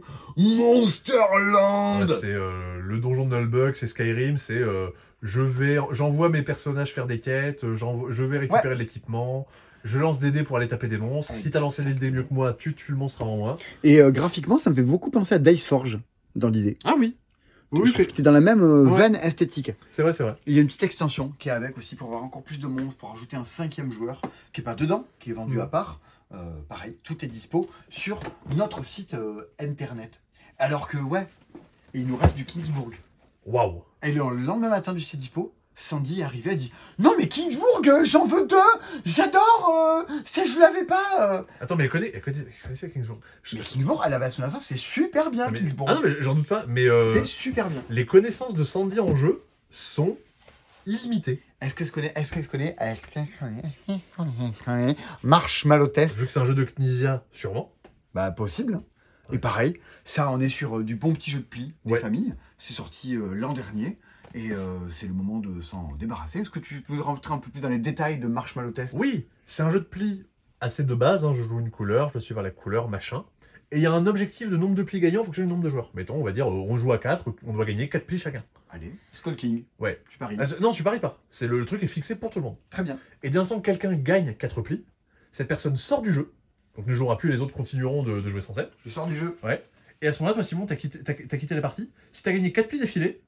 Monsterland. Ouais, c'est euh, le donjon de Nullbug, c'est Skyrim, c'est euh, je vais, j'envoie mes personnages faire des quêtes, euh, j'envoie- je vais récupérer de l'équipement, je lance des dés pour aller taper des monstres. Si t'as lancé les dés mieux que moi, tu tues le monstre avant moi. Et euh, graphiquement, ça me fait beaucoup penser à Dice Forge dans l'idée. Ah oui. je trouve que tu es dans la même euh, Ouais. veine esthétique. C'est vrai, c'est vrai. Il y a une petite extension qui est avec aussi pour avoir encore plus de monstres, pour ajouter un cinquième joueur qui est pas dedans, qui est vendu Mm. à part. Euh, pareil, tout est dispo sur notre site euh, internet. Alors que ouais, il nous reste du Kingsburg. Waouh. Et le lendemain matin du site dispo, Sandy est arrivée, elle dit non mais Kingsburg, euh, j'en veux deux, j'adore, euh, ça je l'avais pas. euh. Attends, mais elle connaît, elle connaît, elle connaissait Kingsburg. Je- Mais Kingsburg, à la base de son naissance, c'est super bien mais- Kingsburg. Ah non, mais j'en doute pas. Mais euh, C'est super bien. les connaissances de Sandy en jeu sont illimitées. Est-ce qu'elle se connaît Est-ce qu'elle se connaît Est-ce qu'elle se connaît Est-ce qu'elle se connaît Marshmallow Test. Vu que c'est un jeu de Knizia, sûrement. Bah possible. Et pareil, ça on est sur euh, du bon petit jeu de pli des Ouais. familles. C'est sorti euh, l'an dernier et euh, c'est le moment de s'en débarrasser. Est-ce que tu peux rentrer un peu plus dans les détails de Marshmallow Test? Oui, c'est un jeu de plis assez de base. Hein. Je joue une couleur, je dois suivre la couleur, machin. Et il y a un objectif de nombre de plis gagnants en fonction du nombre de joueurs. Mettons, on va dire, euh, on joue à quatre, on doit gagner quatre plis chacun. Allez, Skull King. Ouais. Tu paries. Ah, c'est- non, tu paries pas. C'est le, le truc est fixé pour tout le monde. Très bien. Et d'instant que quelqu'un gagne quatre plis, cette personne sort du jeu. Donc ne jouera plus, les autres continueront de, de jouer sans elle. Je sors du jeu. Et à ce moment-là, toi, Simon, t'as quitté, t'as, t'as quitté la partie. Si t'as gagné quatre plis d'affilée,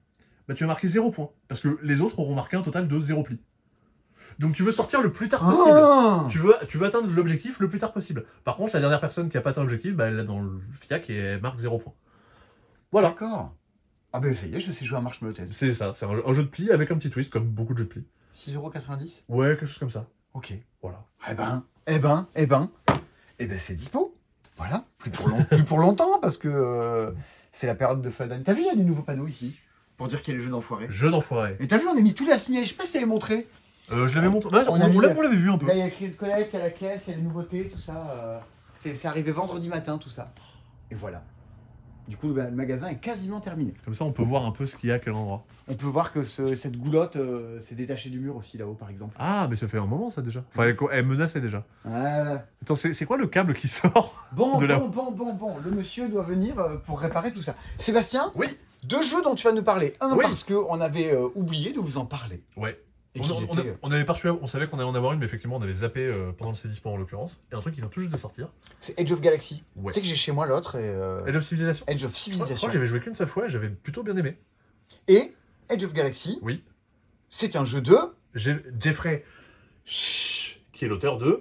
bah, tu vas marquer zéro point. Parce que les autres auront marqué un total de zéro pli. Donc tu veux sortir le plus tard possible. Ah Tu veux, tu veux atteindre l'objectif le plus tard possible. Par contre, la dernière personne qui n'a pas atteint l'objectif, bah, elle est dans le fiac et elle marque zéro point. Voilà. D'accord. Ah ben ça y est, je sais jouer à Marshmallow Test. C'est ça, c'est un, un jeu de pli avec un petit twist, comme beaucoup de jeux de pli. six euros quatre-vingt-dix. Ouais, quelque chose comme ça. Ok. Voilà. Eh ben, eh ben, eh ben, eh ben c'est dispo. Voilà, plus pour, long- plus pour longtemps parce que euh, c'est la période de fin d'année. T'as vu, il y a des nouveaux panneaux ici pour dire qu'il y a les jeux d'enfoirés. Jeu d'enfoiré. Et t'as vu, on a mis tous les assignés. Je sais pas si elle montré. Euh, je l'avais montré. Ouais, On on, a mis on l'a- le- on l'avait vu un peu. Là, il y a écrit de collecte, il y a la caisse, il y a les nouveautés, tout ça. euh, c'est c'est arrivé vendredi matin, tout ça. Et voilà. Du coup, ben, le magasin est quasiment terminé. Comme ça, on peut voir un peu ce qu'il y a à quel endroit. On peut voir que ce- cette goulotte euh, s'est détachée du mur aussi là-haut, par exemple. Ah, mais ça fait un moment ça déjà. Enfin, elle, elle menaçait déjà. Ouais. Attends, c'est c'est quoi le câble qui sort Bon, De la- bon, bon, bon, bon. Le monsieur doit venir euh, pour réparer tout ça. Sébastien, Oui. deux jeux dont tu vas nous parler. Un Oui. parce qu'on avait euh, oublié de vous en parler. Ouais. Et On, qu'il on- on- était, euh, on avait pas reçu, on savait qu'on allait en avoir une, mais effectivement, on avait zappé euh, pendant le C dix en l'occurrence. Et un truc qui vient tout juste de sortir. c'est Edge of Galaxy. Ouais. Tu sais que j'ai chez moi l'autre et euh, Edge of Civilization. Edge of Je crois- je Civilization. crois que j'avais joué qu'une seule fois et j'avais plutôt bien aimé. Et Edge of Galaxy, Oui. c'est un jeu de... J'ai- Jeffrey, Shh, qui est l'auteur de.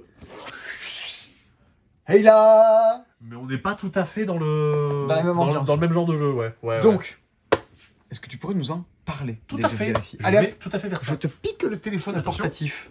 Hey là. Mais on n'est pas tout à fait dans le. Dans la même dans, le- ambiance. dans le même genre de jeu, ouais. ouais ouais. Donc, est-ce que tu pourrais nous en parler tout d'Edge à of fait. Galaxy Je Allez, vais hop, tout à fait vers je ça. te pique le téléphone Attention. portatif.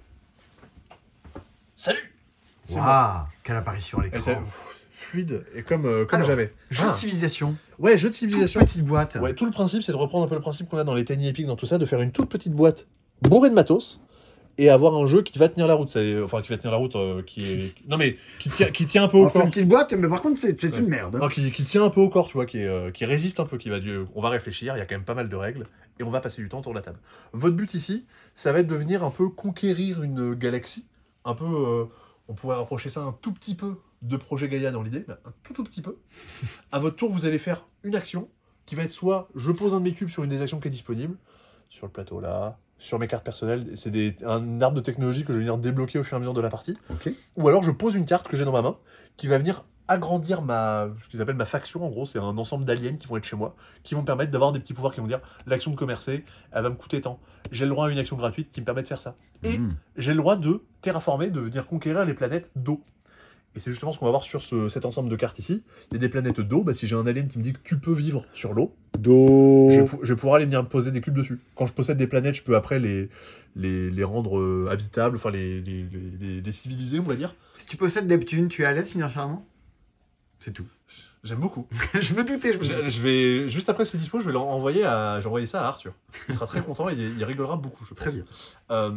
Salut. C'est moi. Waouh, quelle apparition à Elle l'écran. était pff, fluide et comme, euh, comme Alors, jamais. Jeu Ah. de civilisation. Ouais, jeu de Toute civilisation. petite boîte. Ouais, tout le principe, c'est de reprendre un peu le principe qu'on a dans les Tiny Epic, dans tout ça, de faire une toute petite boîte bourrée de matos et avoir un jeu qui va tenir la route. C'est- Enfin, qui va tenir la route, euh, qui est. Non, mais qui tient, qui tient un peu au On fait corps. une petite boîte, mais par contre, c'est c'est Ouais. une merde. Non, qui, qui tient un peu au corps, tu vois, qui, est, euh, qui résiste un peu, qui va du... On va réfléchir, il y a quand même pas mal de règles, et on va passer du temps autour de la table. Votre but ici, ça va être de venir un peu conquérir une galaxie, un peu... euh, on pourrait rapprocher ça un tout petit peu de Projet Gaïa dans l'idée, mais un tout tout petit peu. À votre tour, vous allez faire une action, qui va être soit, je pose un de mes cubes sur une des actions qui est disponible, sur le plateau là, sur mes cartes personnelles, c'est des- un arbre de technologie que je vais venir débloquer au fur et à mesure de la partie. Ok. Ou alors je pose une carte que j'ai dans ma main qui va venir agrandir ma, ce qu'ils appellent ma faction. En gros, c'est un ensemble d'aliens qui vont être chez moi, qui vont me permettre d'avoir des petits pouvoirs qui vont dire l'action de commercer, elle va me coûter tant. J'ai le droit à une action gratuite qui me permet de faire ça. Et Mmh. j'ai le droit de terraformer, de venir conquérir les planètes d'eau. Et c'est justement ce qu'on va voir sur ce- cet ensemble de cartes ici. Il y a des planètes d'eau. Bah, si j'ai un alien qui me dit que tu peux vivre sur l'eau, Do. je, vais pou- je vais pouvoir aller venir me poser des cubes dessus. Quand je possède des planètes, je peux après les, les, les rendre euh, habitables, enfin les, les, les- les- les civiliser, on va dire. Si tu possèdes Neptune, tu es à l'aise financièrement? C'est tout. J'aime beaucoup. Je me doutais, je me doutais. Je, je vais juste après ces dispos, je vais l'envoyer à, j'ai envoyé ça à Arthur. Il sera très content et il, il rigolera beaucoup, je pense. Très bien. Euh,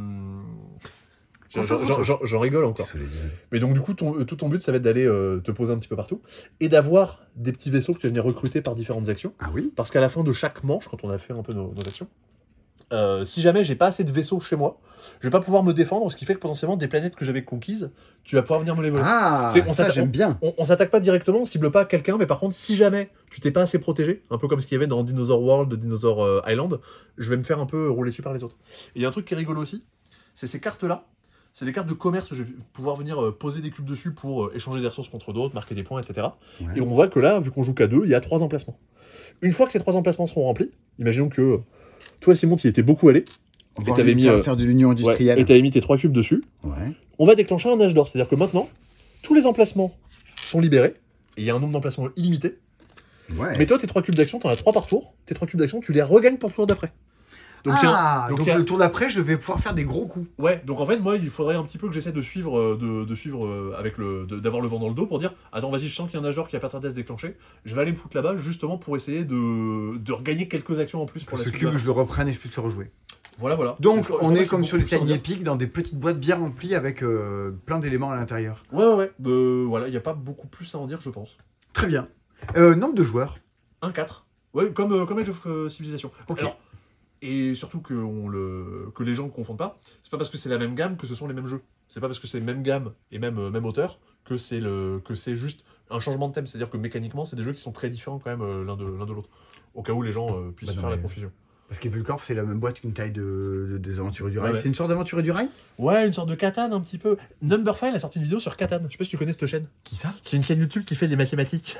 j'en- Concentre-toi. j'en- j'en- J'en rigole encore. Désolé, désolé. Mais donc du coup, ton, euh, tout ton but, ça va être d'aller euh, te poser un petit peu partout et d'avoir des petits vaisseaux que tu vas venir recruter par différentes actions. Ah oui? Parce qu'à la fin de chaque manche, quand on a fait un peu nos, nos actions, euh, si jamais j'ai pas assez de vaisseaux chez moi, je vais pas pouvoir me défendre, ce qui fait que potentiellement des planètes que j'avais conquises, tu vas pouvoir venir me les voler. Ah, C'est- on ça s'atta- j'aime bien. On, on s'attaque pas directement, on cible pas quelqu'un, mais par contre, si jamais tu t'es pas assez protégé, un peu comme ce qu'il y avait dans Dinosaur World, Dinosaur euh, Island, je vais me faire un peu rouler dessus par les autres. Et il y a un truc qui est rigolo aussi, c'est ces cartes-là, c'est des cartes de commerce, je vais pouvoir venir euh, poser des cubes dessus pour euh, échanger des ressources contre d'autres, marquer des points, et cetera. Ouais. Et on voit que là, vu qu'on joue qu'à deux, il y a trois emplacements. Une fois que ces trois emplacements seront remplis, imaginons que euh, toi, Simon, tu y étais beaucoup allé, On et va t'avais mis, faire, euh, faire de l'union ouais, industrielle. et t'avais mis tes trois cubes dessus, Ouais. on va déclencher un âge d'or. C'est-à-dire que maintenant, tous les emplacements sont libérés, et il y a un nombre d'emplacements illimité. Ouais. Mais toi, tes trois cubes d'action, t'en as trois par tour. Tes trois cubes d'action, tu les regagnes pour le tour d'après. Donc, il y a un- ah, donc donc, il y a- le tour d'après, je vais pouvoir faire des gros coups. Ouais, donc en fait, moi, il faudrait un petit peu que j'essaie de suivre, euh, de, de suivre euh, avec le, de- d'avoir le vent dans le dos pour dire, attends, vas-y, je sens qu'il y a un âge d'or qui a pas tardé à se déclencher. Je vais aller me foutre là-bas justement pour essayer de, de regagner quelques actions en plus pour Pour la ce suite. cube, de la- je le reprenne et je puisse le rejouer. Voilà, voilà. Donc, Je- je- on je- est je- comme je- sur les je- je- Tiny Epic, dans des petites boîtes bien remplies avec euh, plein d'éléments à l'intérieur. Ouais, ouais, ouais. Euh, voilà, il n'y a pas beaucoup plus à en dire, je pense. Très bien. Euh, nombre de joueurs. Un quatre. Ouais, comme, euh, comme Age of euh, Civilization. Ok. Alors, et surtout que, on le, que les gens ne confondent pas, c'est pas parce que c'est la même gamme que ce sont les mêmes jeux. C'est pas parce que c'est même gamme et même, euh, même auteur que c'est le que c'est juste un changement de thème. C'est-à-dire que mécaniquement, c'est des jeux qui sont très différents quand même euh, l'un de, l'un de l'autre. Au cas où les gens euh, puissent Bah non, faire la mais- confusion. Parce qu'Evilcorp, c'est la même boîte qu'une taille de, de- des aventuriers du rail. Ouais, ouais. C'est une sorte d'aventurier du rail? Ouais, une sorte de Catan un petit peu. Numberphile a sorti une vidéo sur Catan. Je sais pas si tu connais cette chaîne. Qui ça? C'est une chaîne YouTube qui fait des mathématiques.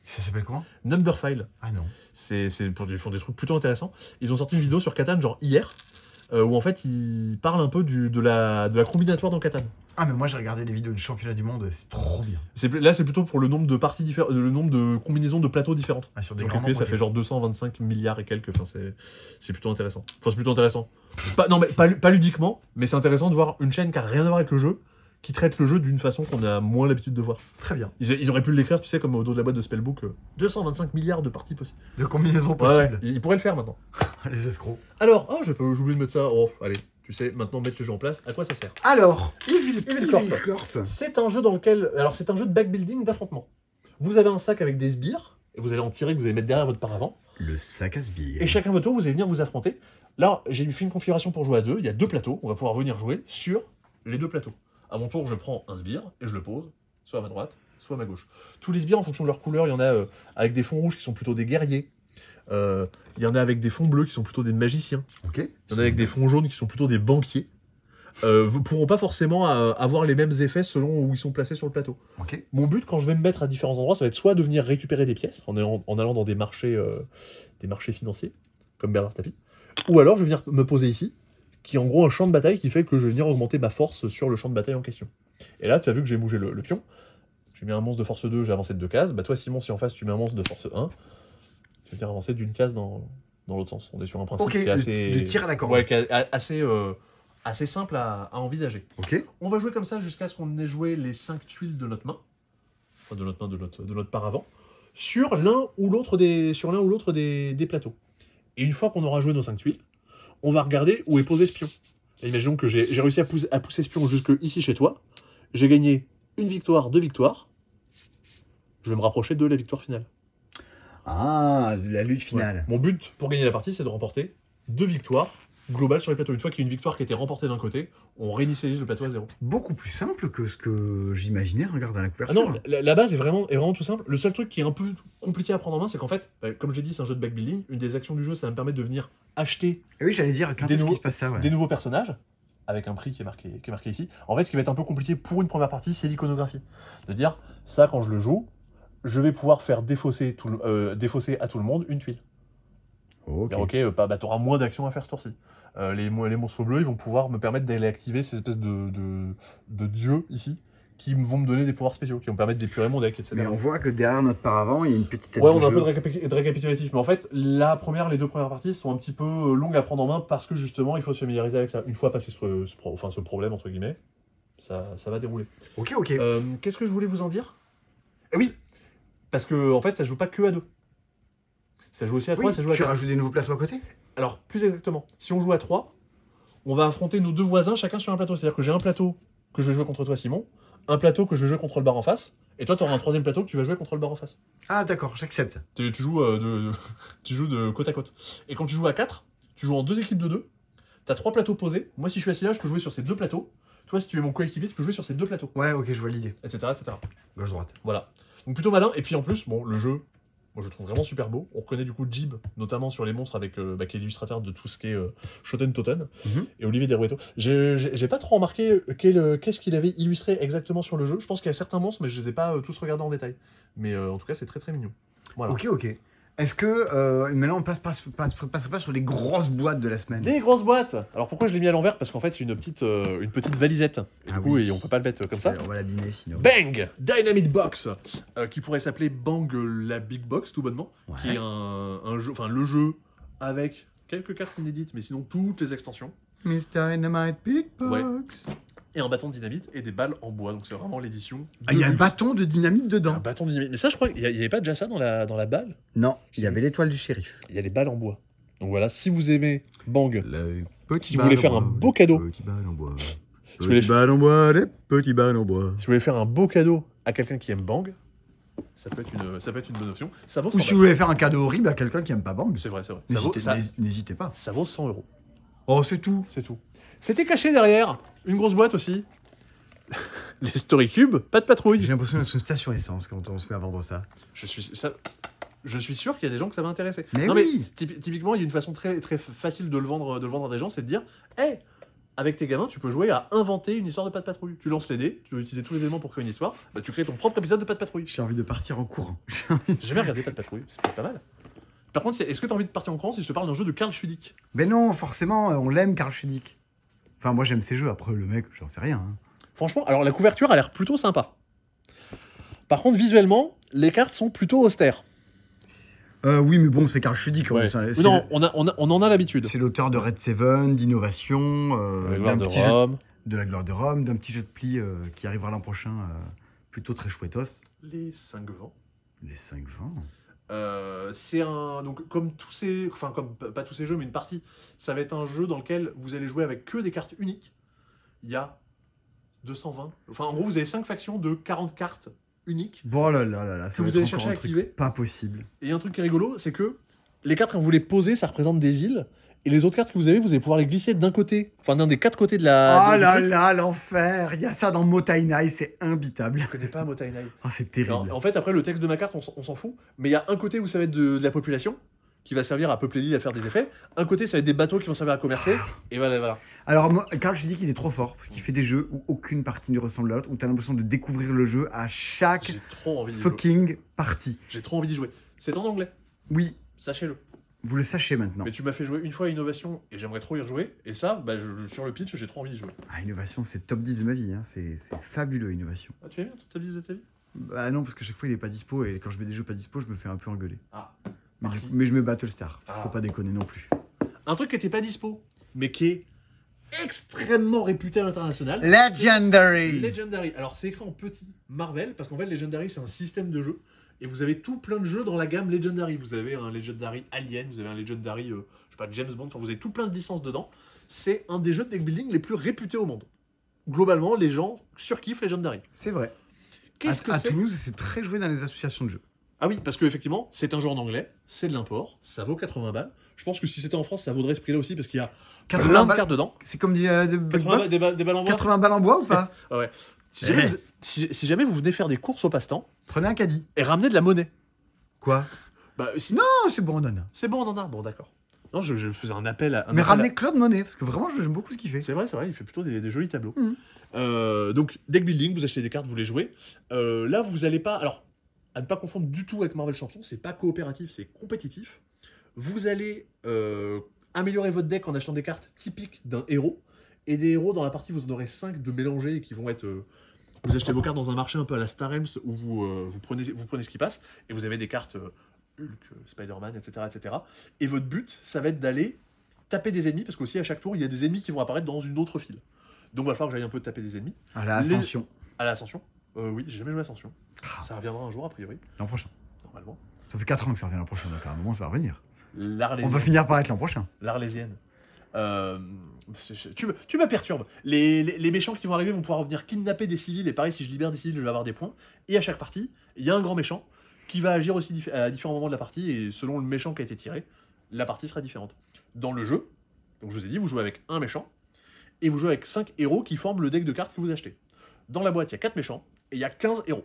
Ça s'appelle comment? Numberphile. Ah non. C'est, c'est pour, ils font des trucs plutôt intéressants. Ils ont sorti une vidéo sur Catan, genre hier, euh, où en fait ils parlent un peu du, de, la, de la combinatoire dans Catan. Ah, mais moi j'ai regardé des vidéos du championnat du monde, c'est trop bien. C'est, là, c'est plutôt pour le nombre de parties différentes, le nombre de combinaisons de plateaux différentes. Ah, sur des Sur grands calculé, ça nombres, fait ok. genre deux cent vingt-cinq milliards et quelques. Enfin, c'est, c'est plutôt intéressant. Enfin, c'est plutôt intéressant. Pas, non, mais pas, pas ludiquement, mais c'est intéressant de voir une chaîne qui a rien à voir avec le jeu, qui traite le jeu d'une façon qu'on a moins l'habitude de voir. Très bien. Ils, ils auraient pu l'écrire, tu sais, comme au dos de la boîte de Spellbook, euh, deux cent vingt-cinq milliards de parties possibles. De combinaisons Ouais, ouais, possibles. ils ils pourraient le faire maintenant. Les escrocs. Alors, oh, j'ai pas- j'ai oublié de mettre ça. Oh, allez, tu sais, maintenant mettre le jeu en place, à quoi ça sert? Alors, Evil, Evil Corp. Corp. C'est un jeu dans lequel. Alors, c'est un jeu de backbuilding d'affrontement. Vous avez un sac avec des sbires, et vous allez en tirer, que vous allez mettre derrière votre paravent. Le sac à sbires. Et chacun votre tour, vous allez venir vous affronter. Là, j'ai fait une configuration pour jouer à deux. Il y a deux plateaux. On va pouvoir venir jouer sur les deux plateaux. À mon tour, je prends un sbire et je le pose, soit à ma droite, soit à ma gauche. Tous les sbires, en fonction de leur couleur, il y en a euh, avec des fonds rouges qui sont plutôt des guerriers. Euh, il y en a avec des fonds bleus qui sont plutôt des magiciens. Ok. Il y en a avec des fonds jaunes qui sont plutôt des banquiers. Euh, vous ne pourront pas forcément euh, avoir les mêmes effets selon où ils sont placés sur le plateau. Ok. Mon but, quand je vais me mettre à différents endroits, ça va être soit de venir récupérer des pièces en allant, en allant dans des marchés, euh, des marchés financiers, comme Bernard Tapie, ou alors je vais venir me poser ici, qui est en gros un champ de bataille qui fait que je vais venir augmenter ma force sur le champ de bataille en question. Et là, tu as vu que j'ai bougé le, le pion. J'ai mis un monstre de force deux, j'ai avancé de deux cases. Bah toi, Simon, si en face tu mets un monstre de force un, tu vas venir avancer d'une case dans, dans l'autre sens. On est sur un principe Ok, qui est assez... de tir à la corde. Ouais, qui est a- assez, euh, assez simple à, à envisager. Ok. On va jouer comme ça jusqu'à ce qu'on ait joué les cinq tuiles de notre main, enfin de notre main, de notre, de notre paravent, sur l'un ou l'autre des, sur l'un ou l'autre des, des plateaux. Et une fois qu'on aura joué nos cinq tuiles, on va regarder où est posé ce pion. Et imaginons que j'ai j'ai réussi à pousser, à pousser ce pion jusque ici chez toi. J'ai gagné une victoire, deux victoires. Je vais me rapprocher de la victoire finale. Ah, de la lutte finale. Ouais. Mon but pour gagner la partie, c'est de remporter deux victoires globales sur les plateaux. Une fois qu'il y a une victoire qui a été remportée d'un côté, on réinitialise le plateau à zéro. Beaucoup plus simple que ce que j'imaginais, regarde à la Ah couverture. non, la, la base est vraiment, est vraiment tout simple. Le seul truc qui est un peu compliqué à prendre en main, c'est qu'en fait, bah, comme je l'ai dit, c'est un jeu de backbuilding. Une des actions du jeu, ça va me permettre de venir acheter Et oui, j'allais dire, quand Des est-ce nouveaux- qu'il se passe ça, ouais. des nouveaux personnages, avec un prix qui est, marqué, qui est marqué ici. En fait, ce qui va être un peu compliqué pour une première partie, c'est l'iconographie. De dire, ça, quand je le joue, je vais pouvoir faire défausser, tout le- euh, défausser à tout le monde une tuile. Ok. Dire, ok, euh, bah, bah, tu auras moins d'actions à faire ce tour-ci. Euh, les, mo- les monstres bleus, ils vont pouvoir me permettre d'aller activer ces espèces de, de, de dieux ici, qui m- vont me donner des pouvoirs spéciaux, qui vont me permettre d'épurer mon deck, et cetera. Mais on voit que derrière notre paravent, il y a une petite tête Ouais, de on a un peu jeu. de, récapi- de récapitulatif, mais en fait, la première, les deux premières parties sont un petit peu euh, longues à prendre en main parce que justement, il faut se familiariser avec ça. Une fois passé ce, ce pro- enfin, ce problème, entre guillemets, ça, ça va dérouler. Ok, ok. Euh, Qu'est-ce que je voulais vous en dire? Eh oui, parce que en fait, ça se joue pas que à deux. Ça joue aussi à trois, Oui, ça joue à tu quatre. rajoutes des nouveaux plateaux à côté? Alors, plus exactement, si on joue à trois, on va affronter nos deux voisins chacun sur un plateau. C'est-à-dire que j'ai un plateau que je vais jouer contre toi, Simon, un plateau que je vais jouer contre le bar en face, et toi, tu auras un troisième plateau que tu vas jouer contre le bar en face. Ah, d'accord, j'accepte. Tu, tu joues, euh, de, de- tu joues de côte à côte. Et quand tu joues à quatre, tu joues en deux équipes de deux, tu as trois plateaux posés. Moi, si je suis assis là, je peux jouer sur ces deux plateaux. Toi, si tu es mon coéquipier, tu peux jouer sur ces deux plateaux, Ouais, ok, je vois l'idée. et cetera, et cetera. Gauche-droite. Voilà. Donc plutôt malin. Et puis en plus, bon, le jeu, moi je le trouve vraiment super beau. On reconnaît du coup Jib, notamment sur les monstres, avec euh, bah, qui est l'illustrateur de tout ce qui est euh, Shoten Toten, Mhm. et Olivier Derueto. J'ai j'ai- j'ai pas trop remarqué quel, euh, qu'est-ce qu'il avait illustré exactement sur le jeu. Je pense qu'il y a certains monstres, mais je les ai pas euh, tous regardés en détail. Mais euh, en tout cas, c'est très très mignon. Voilà. Ok, ok. Est-ce que euh, maintenant on passe pas, passe, passe pas sur les grosses boîtes de la semaine? Les grosses boîtes. Alors pourquoi je l'ai mis à l'envers? Parce qu'en fait, c'est une petite, euh, une petite valisette. Et Ah du coup, oui. et on peut pas le mettre comme ça. On va l'abîmer sinon. Bang Dynamite Box, euh, qui pourrait s'appeler Bang euh, la Big Box tout bonnement, Ouais. qui est un, un jeu, enfin le jeu avec quelques cartes inédites, mais sinon toutes les extensions, mister Dynamite Big Ouais. Box. et un bâton de dynamite et des balles en bois. Donc c'est vraiment l'édition. Ah, il y a un deluxe. bâton de dynamite Un dedans. bâton de dynamite. Mais ça, je crois qu'il n'y avait pas déjà ça dans la, dans la balle. Non, il il y y avait avait l'étoile du shérif. Il y a les balles en bois. Donc voilà, si vous aimez Bang, Petit Si vous voulez faire un beau cadeau. Petit balles en bois. vous voulez Petit balles en bois, les petits balles en bois. si vous voulez faire un beau cadeau à quelqu'un qui aime Bang, ça peut être une, ça peut être une bonne option. Ça vaut Ou cent si vous voulez faire un cadeau horrible à quelqu'un qui aime pas Bang, C'est vrai, c'est vrai. Ça vaut, n'hésitez ça, n'hés- n'hésitez pas. ça vaut cent euros. Oh, c'est tout. C'est tout. C'était caché derrière. Une grosse boîte aussi. Les Story Cubes, pas de patrouille. J'ai l'impression d'être sur une station essence quand on se met à vendre ça. Je suis, ça, je suis sûr qu'il y a des gens que ça va intéresser. Mais non, oui. mais typi- typiquement, il y a une façon très, très facile de le vendre, de le vendre à des gens, c'est de dire, hey, avec tes gamins, tu peux jouer à inventer une histoire de Pat' Patrouille. Tu lances les dés, tu veux utiliser tous les éléments pour créer une histoire, bah tu crées ton propre épisode de Pat' Patrouille. J'ai envie de partir en courant. J'ai jamais regardé Pat' Patrouille, c'est peut-être pas mal. Par contre, est-ce que tu as envie de partir en courant si je te parle d'un jeu de Karl Schudig? Mais non, forcément, on l'aime, Karl Schudig. Enfin, moi j'aime ces jeux, après le mec, j'en sais rien. Hein. Franchement, alors la couverture a l'air plutôt sympa. Par contre, visuellement, les cartes sont plutôt austères. Euh, oui, mais bon, c'est Karl Schudig. Ouais. C'est, c'est non, on, a, on, a, on en a l'habitude. C'est l'auteur de Red Seven, d'Innovation, euh, d'un de petit Rome. Jeu, de la gloire de Rome, d'un petit jeu de pli euh, qui arrivera l'an prochain, euh, plutôt très chouettos. Les cinq vents. Les cinq vents. Euh, c'est un donc comme tous ces, enfin comme pas tous ces jeux, mais une partie. Ça va être un jeu dans lequel vous allez jouer avec que des cartes uniques. Il y a deux cent vingt. Enfin, en gros, vous avez cinq factions de quarante cartes uniques. Bon là là là là, ça que va vous être allez encore chercher à un truc activer. Pas possible. Et un truc qui est rigolo, c'est que les cartes, quand vous les posez, ça représente des îles. Et les autres cartes que vous avez, vous allez pouvoir les glisser d'un côté, enfin d'un des quatre côtés de la. Oh de, du là truc. là, l'enfer. Il y a ça dans Motainai, c'est imbitable. Je connais pas Motainai. Oh, c'est terrible. Alors, en fait, après, le texte de ma carte, on, s- on s'en fout. Mais il y a un côté où ça va être de, de la population, qui va servir à peupler l'île, à faire des effets. Un côté, ça va être des bateaux qui vont servir à commercer. Et voilà, voilà. Alors, moi, Karl Schudig, il est trop fort, parce qu'il fait des jeux où aucune partie ne ressemble à l'autre, où t'as l'impression de découvrir le jeu à chaque J'ai trop envie d'y jouer. fucking partie. J'ai trop envie d'y jouer. C'est en anglais, Oui, sachez-le. vous le sachez maintenant. Mais tu m'as fait jouer une fois à Innovation et j'aimerais trop y rejouer. Et ça, bah, je- je- sur le pitch, j'ai trop envie d'y jouer. Ah, Innovation, c'est top dix de ma vie, hein. c'est c'est fabuleux, Innovation. Ah, tu as bien toute ta vie de ta vie Bah non, parce que chaque fois, il est pas dispo, et quand je mets des jeux pas dispo, je me fais un peu engueuler. Ah. Mais, Par du- qui mais je mets Battlestar, Ah. faut pas déconner non plus. Un truc qui était pas dispo, mais qui est extrêmement réputé à l'international. Legendary. c'est Legendary. Alors c'est écrit en petit Marvel, parce qu'en fait Legendary c'est un système de jeu. Et vous avez tout plein de jeux dans la gamme Legendary. Vous avez un Legendary Alien, vous avez un Legendary, euh, je sais pas, James Bond, enfin vous avez tout plein de licences dedans. C'est un des jeux de deck building les plus réputés au monde. Globalement, les gens surkiffent Legendary. C'est vrai. Qu'est-ce à, que à c'est Toulouse, c'est très joué dans les associations de jeux. Ah oui, parce qu'effectivement, c'est un jeu en anglais, c'est de l'import, ça vaut quatre-vingts balles. Je pense que si c'était en France, ça vaudrait ce prix-là aussi, parce qu'il y a plein quatre-vingts de balles, cartes dedans. c'est comme dit euh, de quatre-vingts balles, des, balles, des balles en bois. quatre-vingts balles en bois ou pas? Ah ouais. Si jamais, Eh. vous, si, si jamais vous venez faire des courses au passe-temps, Prenez un caddie. et ramenez de la monnaie. Quoi? Bah, si- Non, c'est bon, on en a. c'est bon, on en a. Bon, d'accord. Non, je, je faisais un appel à. un Mais appel à- ramenez Claude Monet, parce que vraiment, j'aime beaucoup ce qu'il fait. C'est vrai, c'est vrai, il fait plutôt des, des jolis tableaux. Mhm. Euh, donc, deck building, vous achetez des cartes, vous les jouez. Euh, là, vous allez pas. Alors, à ne pas confondre du tout avec Marvel Champions, c'est pas coopératif, c'est compétitif. Vous allez euh, améliorer votre deck en achetant des cartes typiques d'un héros. Et des héros, dans la partie, vous en aurez cinq de mélangés et qui vont être. euh, vous achetez vos cartes dans un marché un peu à la Star Realms où vous, euh, vous, prenez, vous prenez ce qui passe et vous avez des cartes euh, Hulk, euh, Spider-Man, et cetera, et cetera. Et votre but, ça va être d'aller taper des ennemis parce qu'aussi à chaque tour, il y a des ennemis qui vont apparaître dans une autre file. Donc, il va falloir que j'aille un peu taper des ennemis. À la Les- Ascension, À l'Ascension euh, Oui, j'ai jamais joué à Ascension. Ah. Ça reviendra un jour, a priori, l'an prochain. normalement. Ça fait quatre ans que ça revient l'an prochain, donc à un moment, ça va revenir. On va L'Arlésienne. finir par être l'an prochain. L'Arlésienne. Euh, c'est- c'est- tu, me, tu me perturbes. Les, les, les méchants qui vont arriver vont pouvoir venir kidnapper des civils. Et pareil, si je libère des civils, je vais avoir des points. Et à chaque partie, il y a un grand méchant qui va agir aussi dif- à différents moments de la partie. Et selon le méchant qui a été tiré, la partie sera différente. Dans le jeu, donc je vous ai dit, vous jouez avec un méchant. Et vous jouez avec cinq héros qui forment le deck de cartes que vous achetez. Dans la boîte, il y a quatre méchants. Et il y a quinze héros.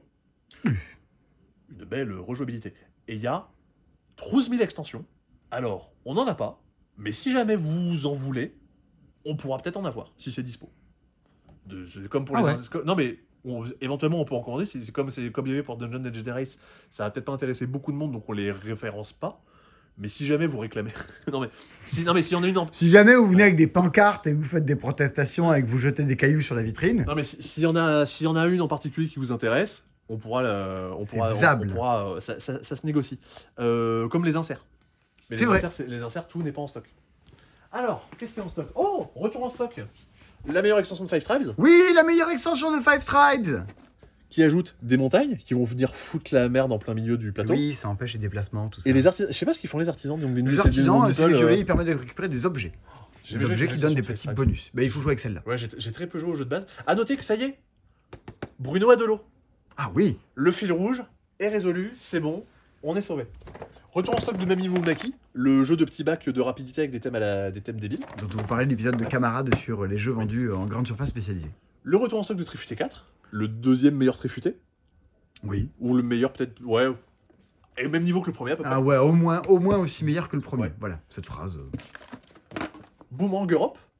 Une belle rejouabilité. Et il y a douze mille extensions. Alors, on n'en a pas. Mais si jamais vous en voulez, on pourra peut-être en avoir, si c'est dispo. De, c'est comme pour Ah les... ouais. ins- Non mais, on- éventuellement on peut en commander, c'est c'est comme, c'est comme il y avait pour Dungeon Age Race, ça va peut-être pas intéresser beaucoup de monde, donc on les référence pas. Mais si jamais vous réclamez... non mais, si, non mais s'il y en a une en... Si jamais vous venez avec des pancartes et que vous faites des protestations et que vous jetez des cailloux sur la vitrine, Non mais si- s'il y en a, s'il y en a une en particulier qui vous intéresse, on pourra, la- on C'est pourra, on- faisable. on pourra, euh, ça, ça- ça se négocie. Euh, comme les inserts. Mais C'est les vrai. inserts, c'est- les inserts, tout n'est pas en stock. Alors, qu'est-ce qu'il y a en stock? Oh, retour en stock. La meilleure extension de Five Tribes, oui, la meilleure extension de Five Tribes. qui ajoute des montagnes qui vont venir foutre la merde en plein milieu du plateau. Oui, ça empêche les déplacements, tout ça. Et les artisans, je sais pas ce qu'ils font les artisans, donc des Les c'est des artisans, noms de c'est les meeple, jurés, euh, ils permettent de récupérer des objets. j'ai Des jamais objets joué qui à donnent des Five petits Tribes. bonus. Bah, il faut jouer avec celle-là. Ouais, j'ai j'ai très peu joué au jeu de base. À noter que ça y est, Bruno a de l'eau. Ah oui, Le fil rouge est résolu, c'est bon, on est sauvé. Retour en stock de Mami Mumaki, le jeu de petits bacs de rapidité avec des thèmes, à la... des thèmes débiles. dont on vous parlait de l'épisode de Camarades sur les jeux vendus en grande surface spécialisée. Le retour en stock de Trifuté quatre, le deuxième meilleur Trifuté, Oui. ou le meilleur peut-être, ouais, et au même niveau que le premier à peu près. Ah ouais, au moins, au moins aussi meilleur que le premier. Ouais. Voilà, cette phrase. euh. Boomerang Europe,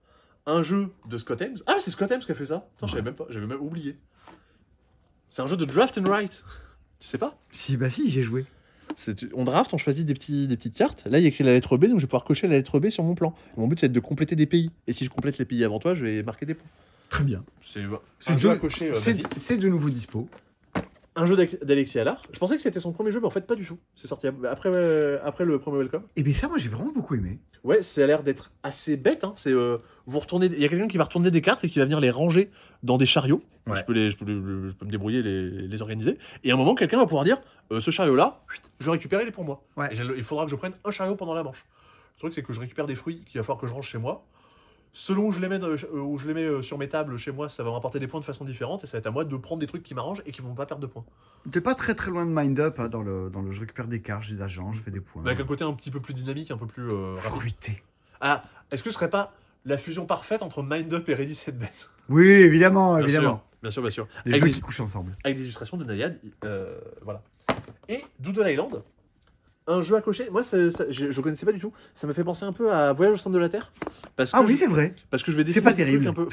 un jeu de Scott Ames. Ah, c'est Scott Ames qui a fait ça. Putain, je savais même pas, j'avais même oublié. C'est un jeu de draft and write. Tu sais pas? Si, bah si, j'ai joué. C'est- On draft, on choisit des, petits, des petites cartes. Là, il y a écrit la lettre B, donc je vais pouvoir cocher la lettre B sur mon plan. Et mon but, c'est de compléter des pays. Et si je complète les pays avant toi, je vais marquer des points. Très bien. C'est C'est un jeu de- à cocher. euh, C'est basique. c'est de nouveau dispo. Un jeu d'Alex- d'Alexis Allard. Je pensais que c'était son premier jeu, mais en fait, pas du tout. C'est sorti après, euh, après le premier Welcome. Et bien ça, moi, j'ai vraiment beaucoup aimé. Ouais, ça a l'air d'être assez bête. Hein. C'est euh, vous retournez. Il y a quelqu'un qui va retourner des cartes et qui va venir les ranger dans des chariots. Ouais. Je peux les, je peux, le- je peux me débrouiller, les, les organiser. Et à un moment, quelqu'un va pouvoir dire euh, ce chariot-là, je le récupère, il est pour moi. Ouais. Et j'ai le- il faudra que je prenne un chariot pendant la manche. Le truc, c'est que je récupère des fruits qu'il va falloir que je range chez moi. Selon où je les mets, dans- euh, où je les mets euh, sur mes tables chez moi, ça va m'apporter des points de façon différente. Et ça va être à moi de prendre des trucs qui m'arrangent et qui vont pas perdre de points. T'es pas très très loin de Mind Up hein, dans, le, dans le. Je récupère des cartes, j'ai des agents, je fais des points. Mais avec un côté un petit peu plus dynamique, un peu plus euh, rapide. Fruité. Ah, est-ce que ce serait pas la fusion parfaite entre Mind Up et Ready Set Bet? Oui, évidemment, Bien évidemment. sûr, bien sûr, bien sûr. Les Avec jeux des, qui couchent ensemble. avec des illustrations de Nayad, euh, voilà. Et Doodle Island, un jeu à cocher. Moi, ça, ça- je, je connaissais pas du tout. Ça me fait penser un peu à Voyage au centre de la Terre, parce que Ah oui, je, c'est vrai. parce que je vais dessiner pas des terrible. trucs un peu.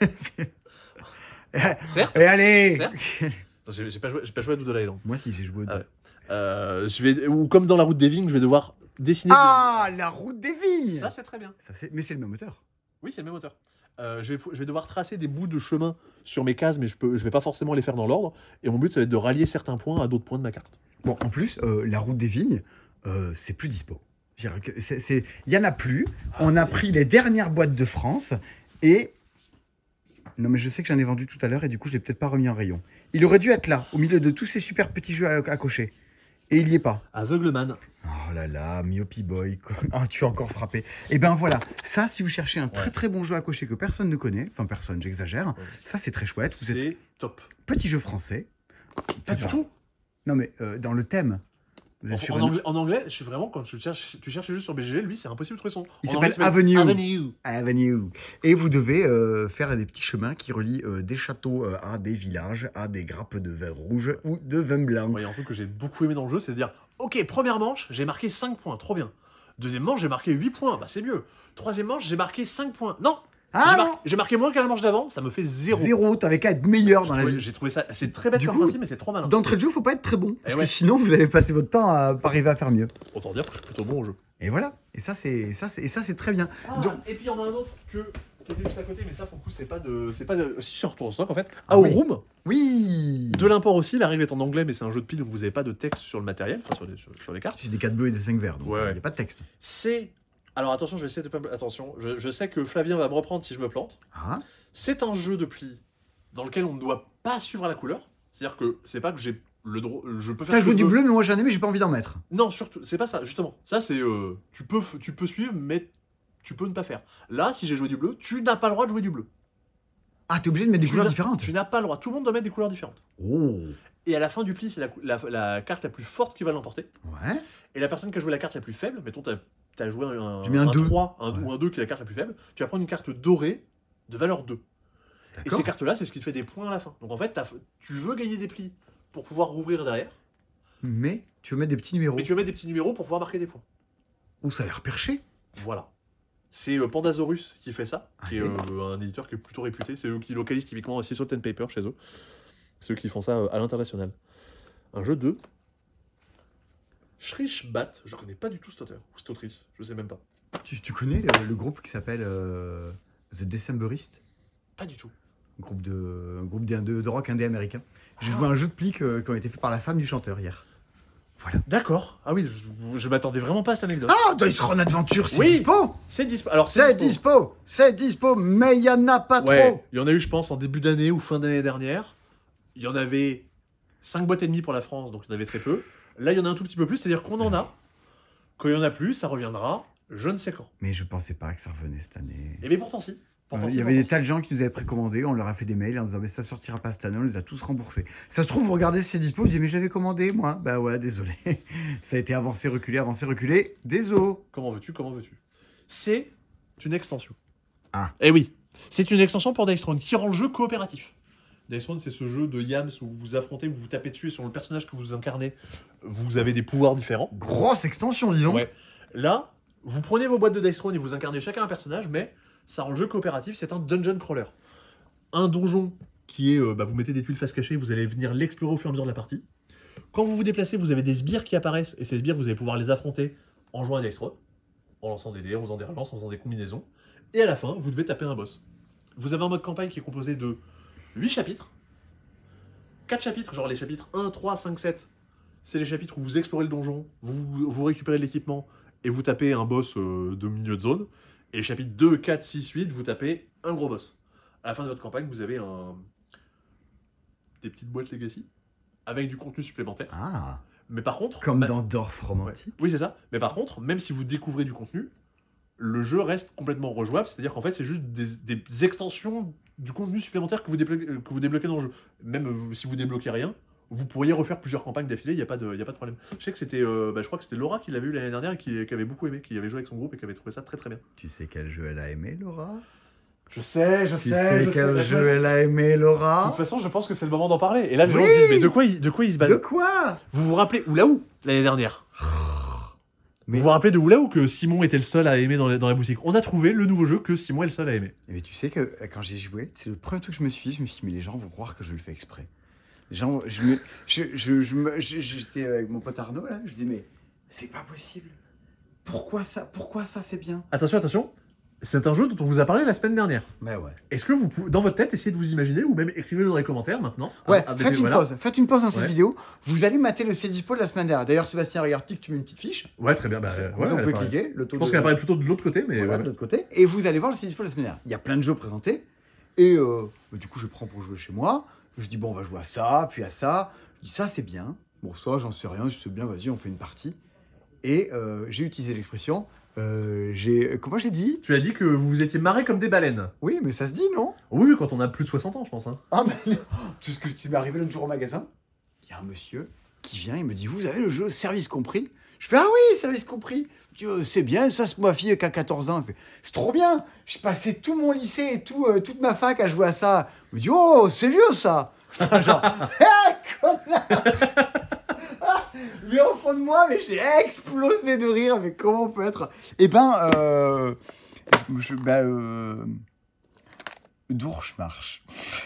Et Certes. allez Certes. Non, J'ai j'ai pas joué, j'ai pas joué à Doodle Island. Moi, si, j'ai joué. Ah ouais. Euh, je vais, ou comme dans la route des vignes, je vais devoir dessiner. Ah, la route des vignes Ça, c'est très bien. Ça, c'est- Mais c'est le même auteur. Oui, c'est le même auteur. Euh, je, vais, je vais devoir tracer des bouts de chemin sur mes cases, mais je peux, je vais pas forcément les faire dans l'ordre. Et mon but, ça va être de rallier certains points à d'autres points de ma carte. Bon, en plus, euh, la route des vignes, euh, c'est plus dispo. Je dirais que c'est- c'est- Il y en a plus. On a pris les dernières boîtes de France et. Non, mais je sais que j'en ai vendu tout à l'heure et du coup, je l'ai peut-être pas remis en rayon. Il aurait dû être là, au milieu de tous ces super petits jeux à, à cocher. Et il y est pas. Aveugleman. Oh là là, Myopie Boy. quoi. Ah, tu as encore frappé. Et ben voilà, ça, si vous cherchez un très Ouais. très bon jeu à cocher que personne ne connaît, enfin personne, j'exagère, Ouais. ça c'est très chouette. Vous êtes C'est top. petit jeu français. Pas du tout. Non mais euh, dans le thème. Vous En, êtes sur en une- anglais, en anglais, je suis vraiment, quand tu cherches, tu cherches juste sur B G G, lui, c'est impossible de trouver son. Il en s'appelle anglais, ça Avenue. Avenue. Avenue. Et vous devez euh, faire des petits chemins qui relient euh, des châteaux euh, à des villages, à des grappes de vin rouge ou de vin blanc. Il y a un truc que j'ai beaucoup aimé dans le jeu, c'est de dire ok, première manche, j'ai marqué cinq points, trop bien. Deuxième manche, j'ai marqué huit points, bah c'est mieux. Troisième manche, j'ai marqué cinq points. Non, Ah j'ai, non mar- j'ai marqué moins qu'à la manche d'avant, ça me fait zéro. Zéro, t'avais qu'à être meilleur J'ai dans la trouvé, vie. j'ai trouvé ça, c'est très bête Du comme coup, principe, mais c'est trop malin. D'entrée de jeu, faut pas être très bon. Parce Eh que ouais. sinon, vous allez passer votre temps à pas arriver à faire mieux. Autant dire que je suis plutôt bon au jeu. Et voilà. Et ça, c'est ça, c'est et ça, c'est très bien. Ah, Donc- et puis il y en a un autre que, qui était juste à côté, mais ça pour le coup, c'est pas de. C'est pas de. Si, c'est retour au stock en fait. Ah Ah, oui. Room. Oui. De l'import aussi, la règle est en anglais, mais c'est un jeu de pile donc vous n'avez pas de texte sur le matériel, enfin sur les, sur, sur les cartes. C'est des quatre bleus et des cinq verts. Donc il Ouais, n'y ouais. a pas de texte. C'est. Alors attention, je vais essayer de pas. Attention, je, je sais que Flavien va me reprendre si je me plante. Ah. C'est un jeu de pli dans lequel on ne doit pas suivre à la couleur. C'est-à-dire que c'est pas que j'ai le droit. Je peux faire. T'as ce que joué je du veux. bleu, mais moi j'en ai, mais j'ai pas envie d'en mettre. Non, surtout, c'est pas ça, justement. Ça, c'est. euh, tu, peux, f- tu peux suivre, mais tu peux ne pas faire. Là, si j'ai joué du bleu, tu n'as pas le droit de jouer du bleu. Ah, t'es obligé de mettre des Tu couleurs n'as- différentes. Tu n'as pas le droit. Tout le monde doit mettre des couleurs différentes. Oh. Et à la fin du pli, c'est la, cou- la, la carte la plus forte qui va l'emporter. Ouais. Et la personne qui a joué la carte la plus faible, mettons, t'as as joué un, Tu mets un deux. trois un, Ouais. ou un deux qui est la carte la plus faible, tu vas prendre une carte dorée de valeur deux. Et D'accord. ces cartes-là, c'est ce qui te fait des points à la fin. Donc en fait, t'as- tu veux gagner des plis pour pouvoir rouvrir derrière, Mais tu veux mettre des petits numéros. mais tu veux mettre des petits numéros pour pouvoir marquer des points. Oh, ça a l'air perché. Voilà. C'est euh, Pandasaurus qui fait ça, qui est Allez. euh, un éditeur qui est plutôt réputé. C'est eux qui localisent typiquement aussi Salt and Paper chez eux. C'est eux qui font ça euh, à l'international. Un jeu de Shrish Bat. Je connais pas du tout cet auteur ou cette autrice. Je sais même pas. Tu, tu connais le, le groupe qui s'appelle euh, The Decemberist, Pas du tout. un groupe de, un groupe de, de, de rock indé américain. J'ai Ah. joué à un jeu de pli que- qui a été fait par la femme du chanteur hier. Voilà. D'accord. Ah oui, je, je m'attendais vraiment pas à cette anecdote. Ah, Dice Run Adventure, c'est Oui. dispo. C'est dispo. Alors C'est dispo. C'est dispo, mais il y en a pas Ouais. trop. Il y en a eu, je pense, en début d'année ou fin d'année dernière. Il y en avait cinq boîtes et demie pour la France, donc il y en avait très peu. Là, il y en a un tout petit peu plus, c'est-à-dire qu'on en a. Quand il y en a plus, ça reviendra. Je ne sais quand. Mais je pensais pas que ça revenait cette année. Et mais pourtant si. Pourtant, Ouais, si, il y avait des pourtant, tas de gens qui nous avaient précommandé, on leur a fait des mails en disant mais ça sortira pas cette année, on les a tous remboursés. Ça se trouve, vous regardez si c'est dispo, vous dites mais je l'avais commandé moi. Bah ouais, désolé. Ça a été avancé, reculé, avancé, reculé. Désolé. si. Comment veux-tu Comment veux-tu C'est une extension. Ah. Eh oui. C'est une extension pour Dice Throne qui rend le jeu coopératif. Dice Throne, c'est ce jeu de Yams où vous vous affrontez, vous vous tapez dessus et sur le personnage que vous incarnez, vous avez des pouvoirs différents. Grosse extension, dis donc. Ouais. Là, vous prenez vos boîtes de Dice Throne et vous incarnez chacun un personnage, mais ça rend le jeu coopératif, c'est un dungeon crawler. Un donjon qui est, euh, bah, vous mettez des tuiles face cachée, vous allez venir l'explorer au fur et à mesure de la partie. Quand vous vous déplacez, vous avez des sbires qui apparaissent, et ces sbires, vous allez pouvoir les affronter en jouant à Dextre, en lançant des dés, en faisant des relances, en faisant des combinaisons. Et à la fin, vous devez taper un boss. Vous avez un mode campagne qui est composé de huit chapitres. quatre chapitres, genre les chapitres un, trois, cinq, sept. C'est les chapitres où vous explorez le donjon, vous, vous récupérez de l'équipement, et vous tapez un boss euh, de milieu de zone. Et les chapitres deux, quatre, six, huit, vous tapez un gros boss. À la fin de votre campagne, vous avez un... des petites boîtes Legacy, avec du contenu supplémentaire. Ah. Mais par contre... Comme bah... dans Dorf Romantique. Ouais. Oui, c'est ça. Mais par contre, même si vous découvrez du contenu, le jeu reste complètement rejouable, c'est-à-dire qu'en fait, c'est juste des, des extensions du contenu supplémentaire que vous, débloquez, que vous débloquez dans le jeu. Même euh, si vous débloquez rien, vous pourriez refaire plusieurs campagnes d'affilée, il n'y a, a pas de problème. Je sais que c'était, euh, bah, je crois que c'était Laura qui l'avait eu l'année dernière et qui, qui avait beaucoup aimé, qui avait joué avec son groupe et qui avait trouvé ça très très bien. Tu sais quel jeu elle a aimé, Laura? Je sais, je tu sais, sais je quel sais. jeu elle a aimé, Laura? De toute façon, je pense que c'est le moment d'en parler. Et là, les oui gens se disent, mais de quoi il, de quoi il se base? De quoi? Vous vous rappelez Oulaou l'année dernière? Mais... Vous vous rappelez de Oulaou que Simon était le seul à aimer dans la, dans la boutique? On a trouvé le nouveau jeu que Simon est le seul à aimer. Mais tu sais que quand j'ai joué, c'est le premier truc que je me suis dit, je me suis dit, mais les gens vont croire que je le fais exprès. Les gens, je me, je, je, je me, je, j'étais avec mon pote Arnaud là, je dis mais c'est pas possible. Pourquoi ça, pourquoi ça c'est bien? Attention, attention. C'est un jeu dont on vous a parlé la semaine dernière. Mais ouais. Est-ce que vous pouvez, dans votre tête, essayez de vous imaginer, ou même écrivez-le dans les commentaires maintenant. Ouais, à, à faites une voilà. pause. Faites une pause dans cette ouais. vidéo. Vous allez mater le C dispo de la semaine dernière. D'ailleurs, Sébastien, regarde, tic, tu mets une petite fiche. Ouais, très bien. Bah, ouais, ouais, vous pouvez apparaît. cliquer. Le taux Je pense de... qu'elle apparaît plutôt de l'autre côté, mais voilà, ouais. de l'autre côté. Et vous allez voir le C dispo de la semaine dernière. Il y a plein de jeux présentés. Et euh, bah, du coup, je prends pour jouer chez moi. Je dis, bon, on va jouer à ça, puis à ça. Je dis, ça, c'est bien. Bon, ça, j'en sais rien. Je sais bien, vas-y, on fait une partie. Et euh, j'ai utilisé l'expression. Euh, j'ai... Comment j'ai dit? Tu as dit que vous vous étiez marrés comme des baleines. Oui, mais ça se dit, non? Oui, quand on a plus de soixante ans, je pense. Hein. Ah, mais non. Tu sais ce que tu m'es arrivé l'autre jour au magasin? Il y a un monsieur qui vient, il me dit, vous avez le jeu service compris? Je fais, ah oui, service compris. Je dis, euh, c'est bien, ça, c'est ma fille qui a quatorze ans. Elle fait, c'est trop bien. Je passais tout mon lycée et tout, euh, toute ma fac à jouer à ça. Il me dit, oh, c'est vieux, ça. Genre, ah, connard. Mais au fond de moi, mais j'ai explosé de rire. Mais comment on peut être... Eh ben, euh... Je, ben, euh... Dourche-marche.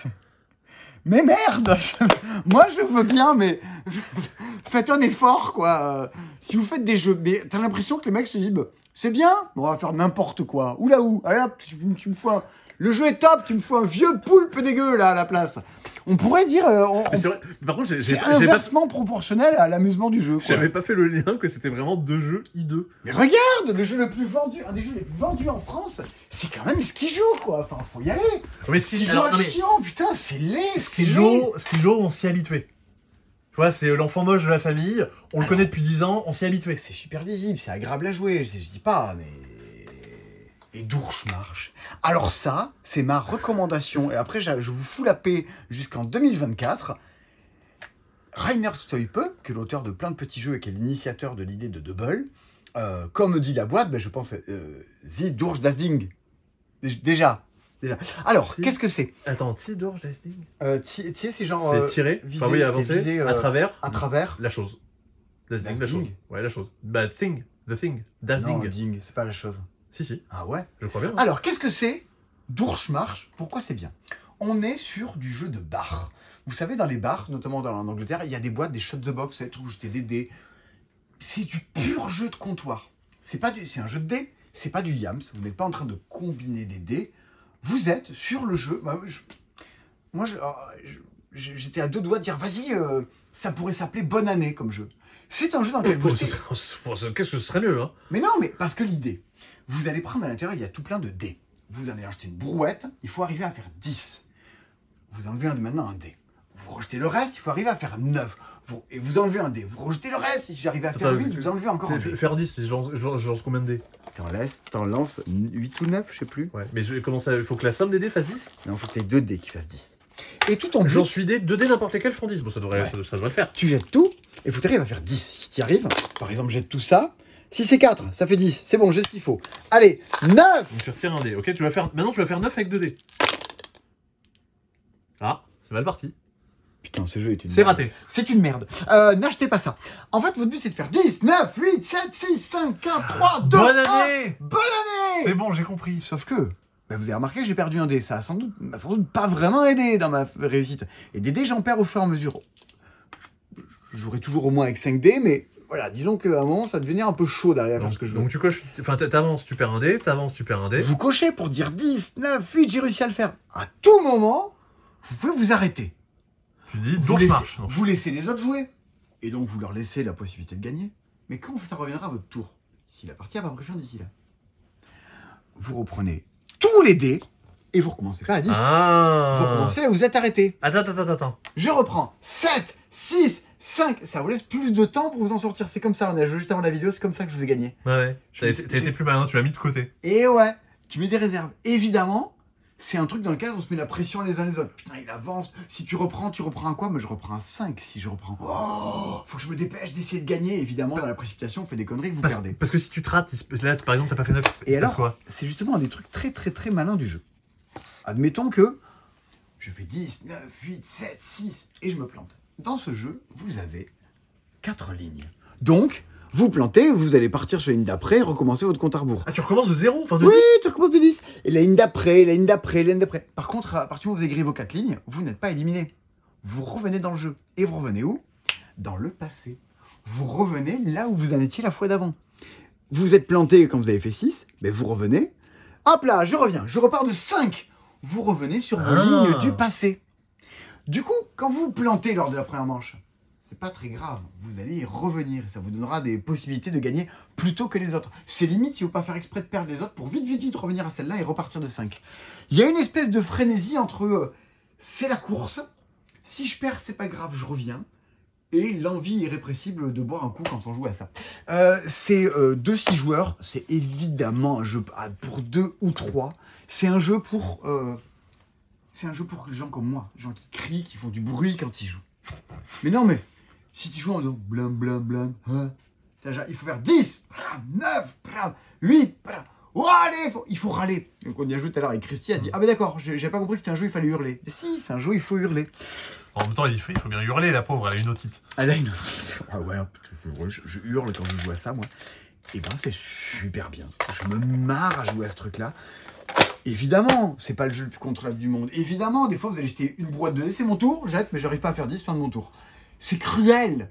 Mais merde. Moi, je veux bien, mais... Faites un effort, quoi. Si vous faites des jeux... Mais t'as l'impression que les mecs se disent, bah, c'est bien, on va faire n'importe quoi. Oula, où allez hop, tu, tu me fous un... Le jeu est top, tu me fous un vieux poulpe dégueu, là, à la place. On pourrait dire... Euh, on, mais c'est vrai. Par contre, j'ai, c'est j'ai, inversement pas... proportionnel à l'amusement du jeu, quoi. J'avais pas fait le lien que c'était vraiment deux jeux hideux. Mais regarde, le jeu le plus vendu, un des jeux les plus vendus en France, c'est quand même Skijo, quoi. Enfin, faut y aller. Mais si, Skijo alors, non, mais... Action, putain, c'est laid, c'est Skijo, Skijo, on s'y est habitué. Tu vois, c'est l'enfant moche de la famille, on alors, le connaît depuis dix ans, on s'y est habitué. C'est super lisible, c'est agréable à jouer, je, je dis pas, mais... Et Dourche-marche. Alors ça, c'est ma recommandation. Et après, je vous fous la paix jusqu'en deux mille vingt-quatre. Rainer Stoipe, qui est l'auteur de plein de petits jeux et qui est l'initiateur de l'idée de Double, euh, comme dit la boîte, ben je pense euh, The Dourche das Ding. Déjà. Déjà. Alors, si. Qu'est-ce que c'est? Attends, Ti Dourche das Ding euh, Ti, c'est genre... C'est tiré, visé, enfin, oui, avancé, visé, euh, à travers... À travers la chose. Das, das Ding, la ding. chose. Ouais, la chose. Bah, thing, the thing, das non, Ding. ding, c'est pas la chose. Si, si. Ah ouais? Je crois bien. Hein. Alors, qu'est-ce que c'est Dourche-marche? Pourquoi c'est bien? On est sur du jeu de bar. Vous savez, dans les bars, notamment dans, en Angleterre, il y a des boîtes, des shot the box, c'est où jeter des dés. C'est du pur jeu de comptoir. C'est pas du, c'est un jeu de dés, c'est pas du yams. Vous n'êtes pas en train de combiner des dés. Vous êtes sur le jeu. Bah, je, moi, je, je, j'étais à deux doigts de dire, vas-y, euh, ça pourrait s'appeler Bonne Année comme jeu. C'est un jeu dans lequel vous jetez... Qu'est-ce que ce serait mieux, hein? Mais non, mais parce que l'idée, vous allez prendre à l'intérieur, il y a tout plein de dés. Vous allez acheter une brouette, il faut arriver à faire dix. Vous enlevez un, maintenant un dé. Vous rejetez le reste, il faut arriver à faire neuf. Vous, et vous enlevez un dé. Vous rejetez le reste, si vous arrivez à faire Attends, huit, vous enlevez encore un dé. Faire dix, je lance, je lance, je lance combien de dés? T'en laisses, t'en lances huit ou neuf, je sais plus. Ouais, mais je, comment ça, il faut que la somme des dés fasse dix? Non, il faut que t'aies deux dés qui fassent dix. Et tout en J'en suis dé, deux dés n'importe lesquels font dix. Bon, ça devrait, ouais. ça, ça devrait le faire. Tu jettes tout, et il faut t'arriver à faire dix. Si t'y arrives, par exemple, jette tout ça. Si c'est quatre, ça fait dix. C'est bon, j'ai ce qu'il faut. Allez, neuf! Donc tu retires un dé. Ok, tu vas faire... Maintenant, tu vas faire neuf avec deux dés. Ah, c'est mal parti. Putain, ce jeu est une C'est merde. raté. C'est une merde. Euh, n'achetez pas ça. En fait, votre but, c'est de faire dix, neuf, huit, sept, six, cinq, quatre, trois, deux, Bonne un. année! Bonne année! C'est bon, j'ai compris. Sauf que, bah, vous avez remarqué que j'ai perdu un dé. Ça a sans doute, m'a sans doute pas vraiment aidé dans ma réussite. Et des dés, j'en perds au fur et à mesure. Je jouerai toujours au moins avec cinq dés, mais voilà, disons qu'à un moment, ça devenait un peu chaud derrière Donc, ce que je veux. donc tu coches, enfin t'avances, tu perds un dé, t'avances, tu perds un dé. Vous cochez pour dire dix, neuf, huit, j'ai réussi à le faire. À tout moment, vous pouvez vous arrêter. Tu dis, Vous donc je laissez, marche. vous laissez les autres jouer. Et donc, vous leur laissez la possibilité de gagner. Mais quand ça reviendra à votre tour, si la partie a pas pris fin d'ici là, vous reprenez tous les dés et vous recommencez pas à dix. Ah. Vous recommencez là où vous êtes arrêté. Attends, attends, attends, attends. Je reprends sept, six, cinq. Ça vous laisse plus de temps pour vous en sortir. C'est comme ça, on a joué juste avant la vidéo, c'est comme ça que je vous ai gagné. Ouais, ouais. T'as Je- été, j'ai- plus malin, tu l'as mis de côté. Et ouais, tu mets des réserves. Évidemment, c'est un truc dans lequel on se met la pression les uns les autres. Putain, il avance. Si tu reprends, tu reprends un quoi? Moi, je reprends un cinq si je reprends. Oh, faut que je me dépêche d'essayer de gagner. Évidemment, dans la précipitation, on fait des conneries que vous Parce, perdez. parce que si tu te rates, il se- là, par exemple, t'as pas fait neuf, il se- il Et se passe alors, quoi? c'est justement un des trucs très très très malins du jeu. Admettons que je fais dix, neuf, huit, sept, six et je me plante. Dans ce jeu, vous avez quatre lignes. Donc, vous plantez, vous allez partir sur la ligne d'après et recommencer votre compte à rebours. Ah, tu recommences de zéro, enfin de Oui, dix. tu recommences de dix. Et la ligne d'après, la ligne d'après, la ligne d'après. Par contre, à partir du moment où vous avez grillé vos quatre lignes, vous n'êtes pas éliminé. Vous revenez dans le jeu. Et vous revenez où? Dans le passé. Vous revenez là où vous en étiez la fois d'avant. Vous êtes planté quand vous avez fait six, ben vous revenez. Hop là, je reviens, je repars de cinq. Vous revenez sur vos Ah. lignes du passé. Du coup, quand vous plantez lors de la première manche, c'est pas très grave. Vous allez y revenir. Ça vous donnera des possibilités de gagner plus tôt que les autres. C'est limite si vous ne pas faire exprès de perdre les autres pour vite, vite, vite revenir à celle-là et repartir de cinq. Il y a une espèce de frénésie entre euh, c'est la course, si je perds, c'est pas grave, je reviens, et l'envie irrépressible de boire un coup quand on joue à ça. Euh, c'est euh, deux six joueurs, c'est évidemment un jeu ah, pour deux ou trois. C'est un jeu pour... Euh, c'est un jeu pour les gens comme moi, les gens qui crient, qui font du bruit quand ils jouent. Mais non, mais si tu joues en disant blam blam blam, hein, il faut faire dix, neuf, huit, oh, allez, il faut, il faut râler. Donc on y a joué tout à l'heure avec Christy, elle a dit ah ben d'accord, j'avais pas compris que c'était un jeu, il fallait hurler. Mais si, c'est un jeu, il faut hurler. En même temps, il faut, il faut bien hurler, la pauvre, elle a une otite. Elle a une otite. Ah ouais, c'est vrai, je, je hurle quand je joue à ça, moi. Et ben c'est super bien. Je me marre à jouer à ce truc-là. Évidemment, c'est pas le jeu le plus contrôlable du monde. Évidemment, des fois, vous allez jeter une boîte de dés, c'est mon tour, jette, mais j'arrive pas à faire dix, fin de mon tour. C'est cruel.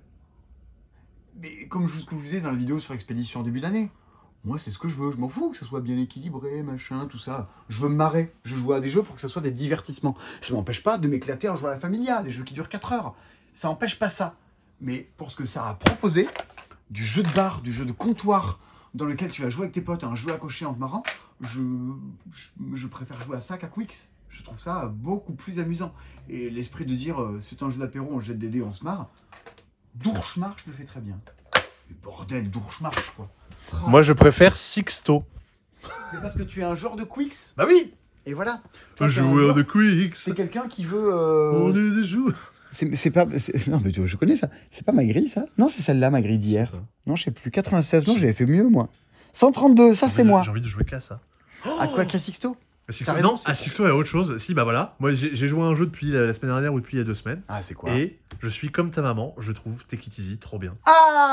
Mais comme je, ce que je vous disais dans la vidéo sur Expédition en début d'année, moi, c'est ce que je veux. Je m'en fous que ça soit bien équilibré, machin, tout ça. Je veux me marrer. Je joue à des jeux pour que ça soit des divertissements. Ça m'empêche pas de m'éclater en jouant à la Familia, des jeux qui durent quatre heures. Ça n'empêche pas ça. Mais pour ce que ça a proposé, du jeu de bar, du jeu de comptoir, dans lequel tu vas jouer avec tes potes à un jeu à cocher en te marrant, je, je, je préfère jouer à ça qu'à Quicks. Je trouve ça beaucoup plus amusant. Et l'esprit de dire, euh, c'est un jeu d'apéro, on jette des dés, on se marre, Dourchemarche le fait très bien. Mais bordel, Dourchemarche, quoi. Oh. Moi, je préfère Sixto. Mais parce que tu es un joueur de Quicks. Bah oui. Et voilà. Un joueur de Quicks. C'est quelqu'un qui veut... Euh... On est des joueurs. C'est pas... Non, mais tu, je connais ça. C'est pas ma grille, ça? Non, c'est celle-là, ma grille d'hier. Non, je sais plus. quatre-vingt-seize, non, j'avais fait mieux, moi. cent trente-deux, ça, c'est moi. J'ai envie de jouer qu'à ça. À quoi, qu'à Sixto? Sixto, non, à Sixto, il y a autre chose. Si, bah voilà. Moi, j'ai joué à un jeu depuis la, la semaine dernière ou depuis il y a deux semaines. Ah, c'est quoi? Et je suis comme ta maman, je trouve Take It Easy trop bien.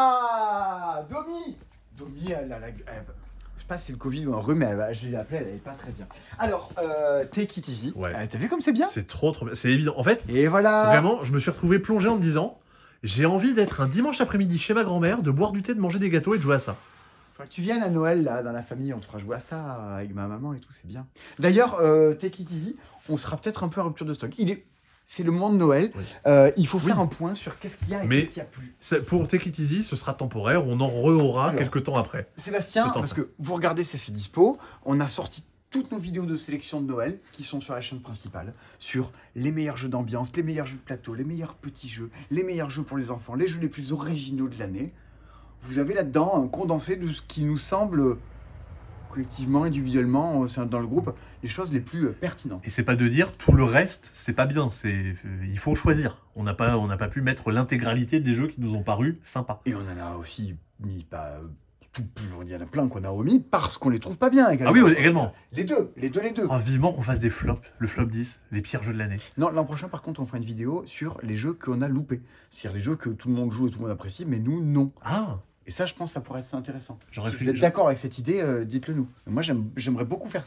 Ah Domi Domi, elle a la... Elle... Je sais pas si c'est le Covid ou un rhume, mais elle, je l'ai appelée, elle est pas très bien. Alors, euh, Take It Easy. Ouais. Euh, T'as vu comme c'est bien? C'est trop, trop bien. C'est évident. En fait, et voilà. Vraiment, je me suis retrouvé plongé en me disant, j'ai envie d'être un dimanche après-midi chez ma grand-mère, de boire du thé, de manger des gâteaux et de jouer à ça. Faudrait que tu viennes à Noël, là, dans la famille, on te fera jouer à ça avec ma maman et tout, c'est bien. D'ailleurs, euh, Take It Easy, on sera peut-être un peu en rupture de stock. Il est... C'est le moment de Noël, oui. euh, il faut faire oui. un point sur qu'est-ce qu'il y a et qu'est-ce qu'il n'y a plus. Pour Take It Easy, ce sera temporaire, on en re-aura quelques temps après. Sébastien, parce que vous regardez, c'est c'est dispo, on a sorti toutes nos vidéos de sélection de Noël qui sont sur la chaîne principale, sur les meilleurs jeux d'ambiance, les meilleurs jeux de plateau, les meilleurs petits jeux, les meilleurs jeux pour les enfants, les jeux les plus originaux de l'année. Vous avez là-dedans un condensé de ce qui nous semble collectivement, individuellement, dans le groupe, les choses les plus pertinentes. Et c'est pas de dire tout le reste, c'est pas bien. C'est il faut choisir. On n'a pas, on n'a pas pu mettre l'intégralité des jeux qui nous ont paru sympas. Et on en a aussi mis pas tout, il y en a plein qu'on a omis parce qu'on les trouve pas bien également. Ah oui, également. Les deux, les deux, les deux. Oh, vivement qu'on fasse des flops, le flop dix, les pires jeux de l'année. Non, l'an prochain, par contre, on fera une vidéo sur les jeux qu'on a loupés. C'est-à-dire les jeux que tout le monde joue et tout le monde apprécie, mais nous, non. Ah. Et ça, je pense que ça pourrait être intéressant. Si pu... vous êtes d'accord avec cette idée, euh, dites-le nous. Moi, j'aimerais beaucoup faire ça.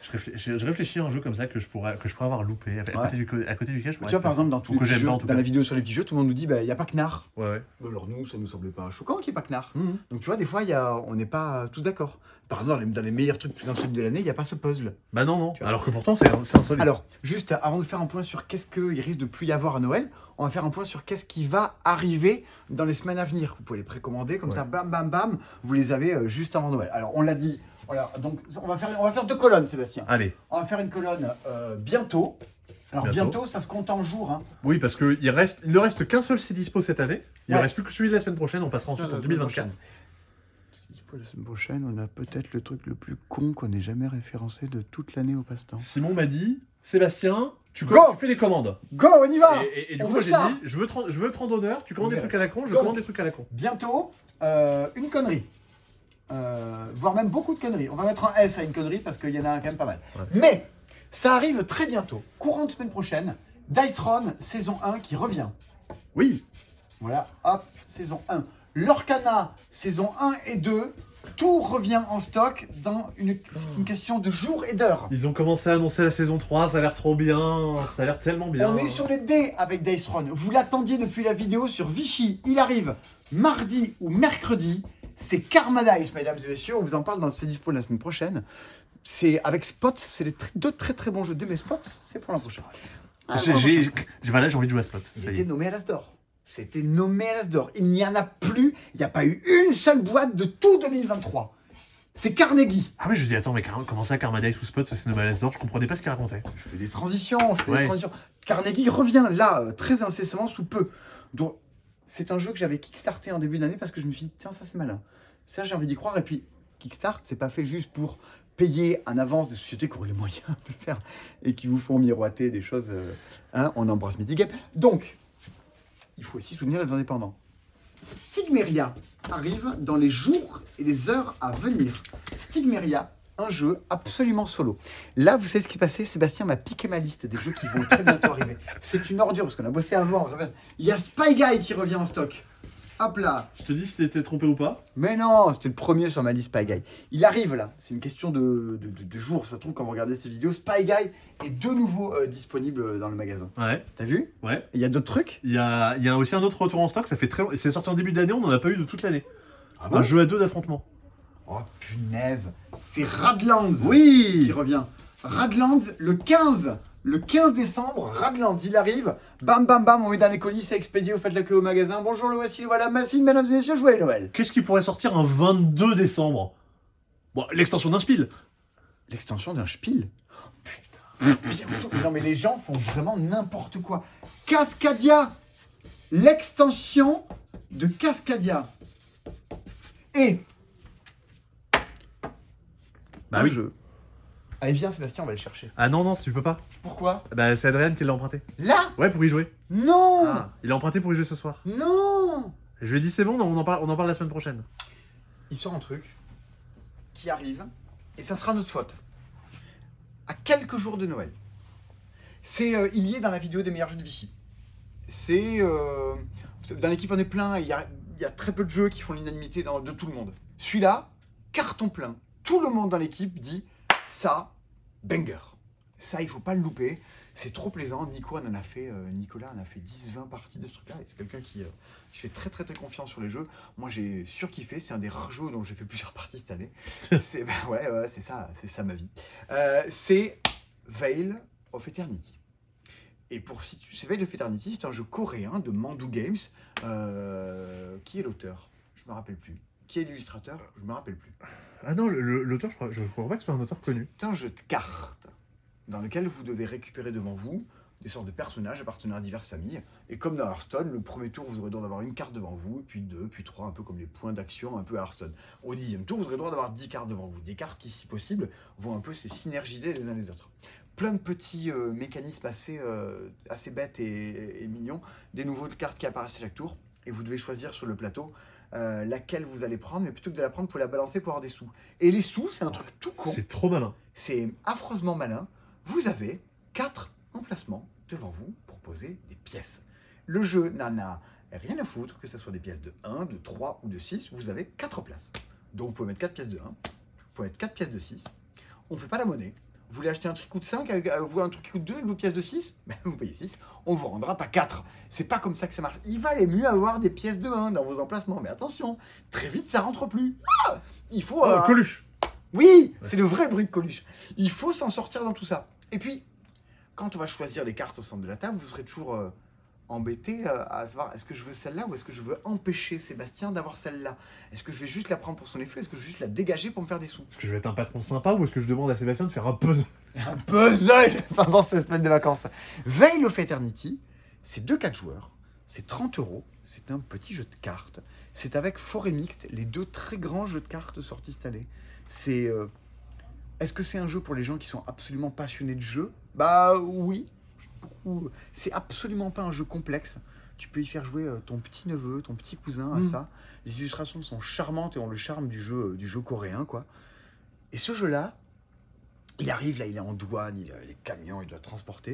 Je, réfléch- je- je réfléchis à un jeu comme ça que je pourrais, que je pourrais avoir loupé. À, Ouais. côté, du, à côté duquel je pourrais. Tu vois, par exemple, dans tous Ou les que petits j'aime jeux, pas, en tout dans cas. la vidéo sur les petits jeux, tout le monde nous dit, bah, il n'y a pas Knarr. Ouais, ouais. Alors nous, ça nous semblait pas choquant qu'il n'y ait pas Knarr. Mhm. Donc tu vois, des fois, il y a... on n'est pas tous d'accord. Par exemple, dans les- dans les meilleurs trucs plus insolites de l'année, il n'y a pas ce puzzle. Bah non, non. Tu vois. Alors que pourtant, c'est c'est insolite. Alors, juste avant de faire un point sur qu'est-ce qu'il risque de plus y avoir à Noël, on va faire un point sur qu'est-ce qui va arriver dans les semaines à venir. Vous pouvez les précommander, comme Ouais. ça, bam, bam, bam, vous les avez euh, juste avant Noël. Alors, on l'a dit, voilà, donc on va, faire, on va faire deux colonnes, Sébastien. Allez. On va faire une colonne euh, bientôt. Alors, Bientôt. bientôt. ça se compte en jours. Hein. Oui, parce qu'il reste, il ne reste qu'un seul C dispo cette année. Il ne Ouais. reste plus que celui de la semaine prochaine. On passera ensuite en deux mille vingt-quatre. Pour la semaine prochaine, on a peut-être le truc le plus con qu'on ait jamais référencé de toute l'année au passe-temps. Simon m'a dit, Sébastien, tu, Go tu fais les commandes. Go, on y va. Et, et- et du on coup, veut j'ai ça. dit, je veux, trente je veux trente d'honneur, tu commandes des Ouais. trucs à la con, je Donc. commande des trucs à la con. Bientôt, euh, une connerie. Euh, voire même beaucoup de conneries. On va mettre un S à une connerie parce qu'il y en a quand même pas mal. Ouais. Mais ça arrive très bientôt, courant de semaine prochaine, Dice Run saison un qui revient. Oui. Voilà, hop, saison un. Lorcana, saison un et deux, tout revient en stock dans une, c'est une question de jours et d'heures. Ils ont commencé à annoncer la saison trois, ça a l'air trop bien, ça a l'air tellement bien. On est sur les dés avec Dice Run. Vous l'attendiez depuis la vidéo sur Vichy. Il arrive mardi ou mercredi. C'est Karma Dice, mesdames et messieurs. On vous en parle dans C'est dispo la semaine prochaine. C'est avec Spot. C'est les tr- deux très très bons jeux de dés, mais Spot, c'est pour l'an prochain. Ah, J'ai- pour l'an j'ai- prochain. j'ai- Voilà, j'ai envie de jouer à Spot. Ils Ça y étaient est. nommés à l'As d'Or. C'était nommé à l'As d'Or. Il n'y en a plus. Il n'y a pas eu une seule boîte de tout deux mille vingt-trois. C'est Carnegie. Ah oui, je dis, attends, mais car- comment ça, Karma Dice ou Spot, ça c'est une balance d'or, je comprenais pas ce qu'il racontait. Je fais des transitions, je fais Ouais. des transitions. Carnegie revient là, euh, très incessamment, sous peu. Donc, c'est un jeu que j'avais kickstarté en début d'année parce que je me suis dit, tiens, ça c'est malin. Ça, j'ai envie d'y croire. Et puis, Kickstart, c'est pas fait juste pour payer en avance des sociétés qui auraient les moyens de le faire et qui vous font miroiter des choses. euh, hein, on embrasse Mythic Game. Donc, il faut aussi soutenir les indépendants. Stigmeria arrive dans les jours et les heures à venir. Stigmeria, un jeu absolument solo. Là, vous savez ce qui est passé? Sébastien m'a piqué ma liste des jeux qui vont très bientôt arriver. C'est une ordure parce qu'on a bossé avant. Il y a Spy Guy qui revient en stock. Hop là. Je te dis si t'étais trompé ou pas. Mais non, c'était le premier sur ma liste Spy Guy. Il arrive là. C'est une question de, de, de- de jours. Ça se trouve quand vous regardez ces vidéos. Spy Guy est de nouveau euh, disponible dans le magasin. Ouais, T'as vu? ouais. Il y a d'autres trucs? Il y a, il y a aussi un autre retour en stock, ça fait très long. C'est sorti en début d'année, on n'en a pas eu de toute l'année. Ah Un jeu à deux d'affrontement. Oh punaise. C'est Radlands. Oui Qui revient. Radlands, le quinze, le quinze décembre, Radlands, il arrive. Bam, bam, bam, on met dans les colis, c'est expédié, vous faites la queue au magasin. Bonjour, le voici, le voilà, Massine, mesdames et messieurs, joyeux Noël. Qu'est-ce qui pourrait sortir un vingt-deux décembre? Bon, l'extension d'un spiel. L'extension d'un Spiel. Putain, bientôt. Non, mais les gens font vraiment n'importe quoi. Cascadia, l'extension de Cascadia. Et Bah un oui. jeu. Allez, viens, Sébastien, on va le chercher. Ah non, non, tu peux pas. Pourquoi? Bah c'est Adrien qui l'a emprunté. Là? Ouais, pour y jouer. Non. Ah, il l'a emprunté pour y jouer ce soir. Non. Et je lui ai dit c'est bon, on en parle, on en parle la semaine prochaine. Il sort un truc qui arrive et ça sera notre faute. À quelques jours de Noël. C'est euh, il y est dans la vidéo des meilleurs jeux de Vichy. C'est euh, dans l'équipe on est plein. Il y a, il y a très peu de jeux qui font l'unanimité dans- de tout le monde. Celui-là, carton plein. Tout le monde dans l'équipe dit ça, banger. Ça, il faut pas le louper. C'est trop plaisant. Nico en a fait, euh, Nicolas en a fait dix vingt parties de ce truc-là. Et c'est quelqu'un qui, euh, qui fait très très très confiance sur les jeux. Moi, j'ai surkiffé. C'est un des rares jeux dont j'ai fait plusieurs parties cette année. c'est ben, ouais, ouais, c'est ça, c'est ça ma vie. Euh, c'est Veil of Eternity. Et pour si tu, c'est Veil of Eternity, c'est un jeu coréen de Mandu Games. Euh, qui est l'auteur? Je me rappelle plus. Qui est l'illustrateur? Je me rappelle plus. Ah non, le- le- l'auteur, je crois, je crois pas que ce soit un auteur connu. C'est un jeu de cartes dans lequel vous devez récupérer devant vous des sortes de personnages appartenant à diverses familles. Et comme dans Hearthstone, le premier tour, vous aurez le droit d'avoir une carte devant vous, puis deux, puis trois, un peu comme les points d'action, un peu à Hearthstone. Au dixième tour, vous aurez le droit d'avoir dix cartes devant vous. Des cartes qui, si possible, vont un peu se synergiser les uns les autres. Plein de petits euh, mécanismes assez, euh, assez bêtes et, et mignons. Des nouveaux cartes qui apparaissent à chaque tour. Et vous devez choisir sur le plateau euh, laquelle vous allez prendre, mais plutôt que de la prendre, pour la balancer pour avoir des sous. Et les sous, c'est un truc tout con. C'est trop malin. C'est affreusement malin. Vous avez quatre emplacements devant vous pour poser des pièces. Le jeu n'en a rien à foutre, que ce soit des pièces de un, de trois ou de six. Vous avez quatre places. Donc vous pouvez mettre quatre pièces de un, vous pouvez mettre quatre pièces de six. On ne fait pas la monnaie. Vous voulez acheter un truc qui coûte cinq, avec, vous voulez un truc qui coûte deux avec vos pièces de six, ben, vous payez six, on vous rendra pas quatre. C'est pas comme ça que ça marche. Il valait mieux avoir des pièces de un dans vos emplacements. Mais attention, très vite ça rentre plus. Ah, il faut... Oh, euh, Coluche. Oui, Ouais. c'est le vrai bruit de Coluche. Il faut s'en sortir dans tout ça. Et puis, quand on va choisir les cartes au centre de la table, vous serez toujours euh, embêté euh, à savoir est-ce que je veux celle-là ou est-ce que je veux empêcher Sébastien d'avoir celle-là. Est-ce que je vais juste la prendre pour son effet, est-ce que je vais juste la dégager pour me faire des sous. Est-ce que je vais être un patron sympa ou est-ce que je demande à Sébastien de faire un puzzle? Un puzzle pendant ces semaines de vacances. Veil of Eternity, c'est deux quatre joueurs, c'est trente euros, c'est un petit jeu de cartes. C'est avec Forêt Mixte, les deux très grands jeux de cartes sortis cette année. C'est... euh, Est-ce que c'est un jeu pour les gens qui sont absolument passionnés de jeu? Bah oui. Beaucoup- C'est absolument pas un jeu complexe. Tu peux y faire jouer euh, ton petit neveu, ton petit cousin à Mm. ça. Les illustrations sont charmantes et ont le charme du jeu, euh, du jeu coréen, quoi. Et ce jeu-là, il arrive là, il est en douane, il a les camions, il doit transporter.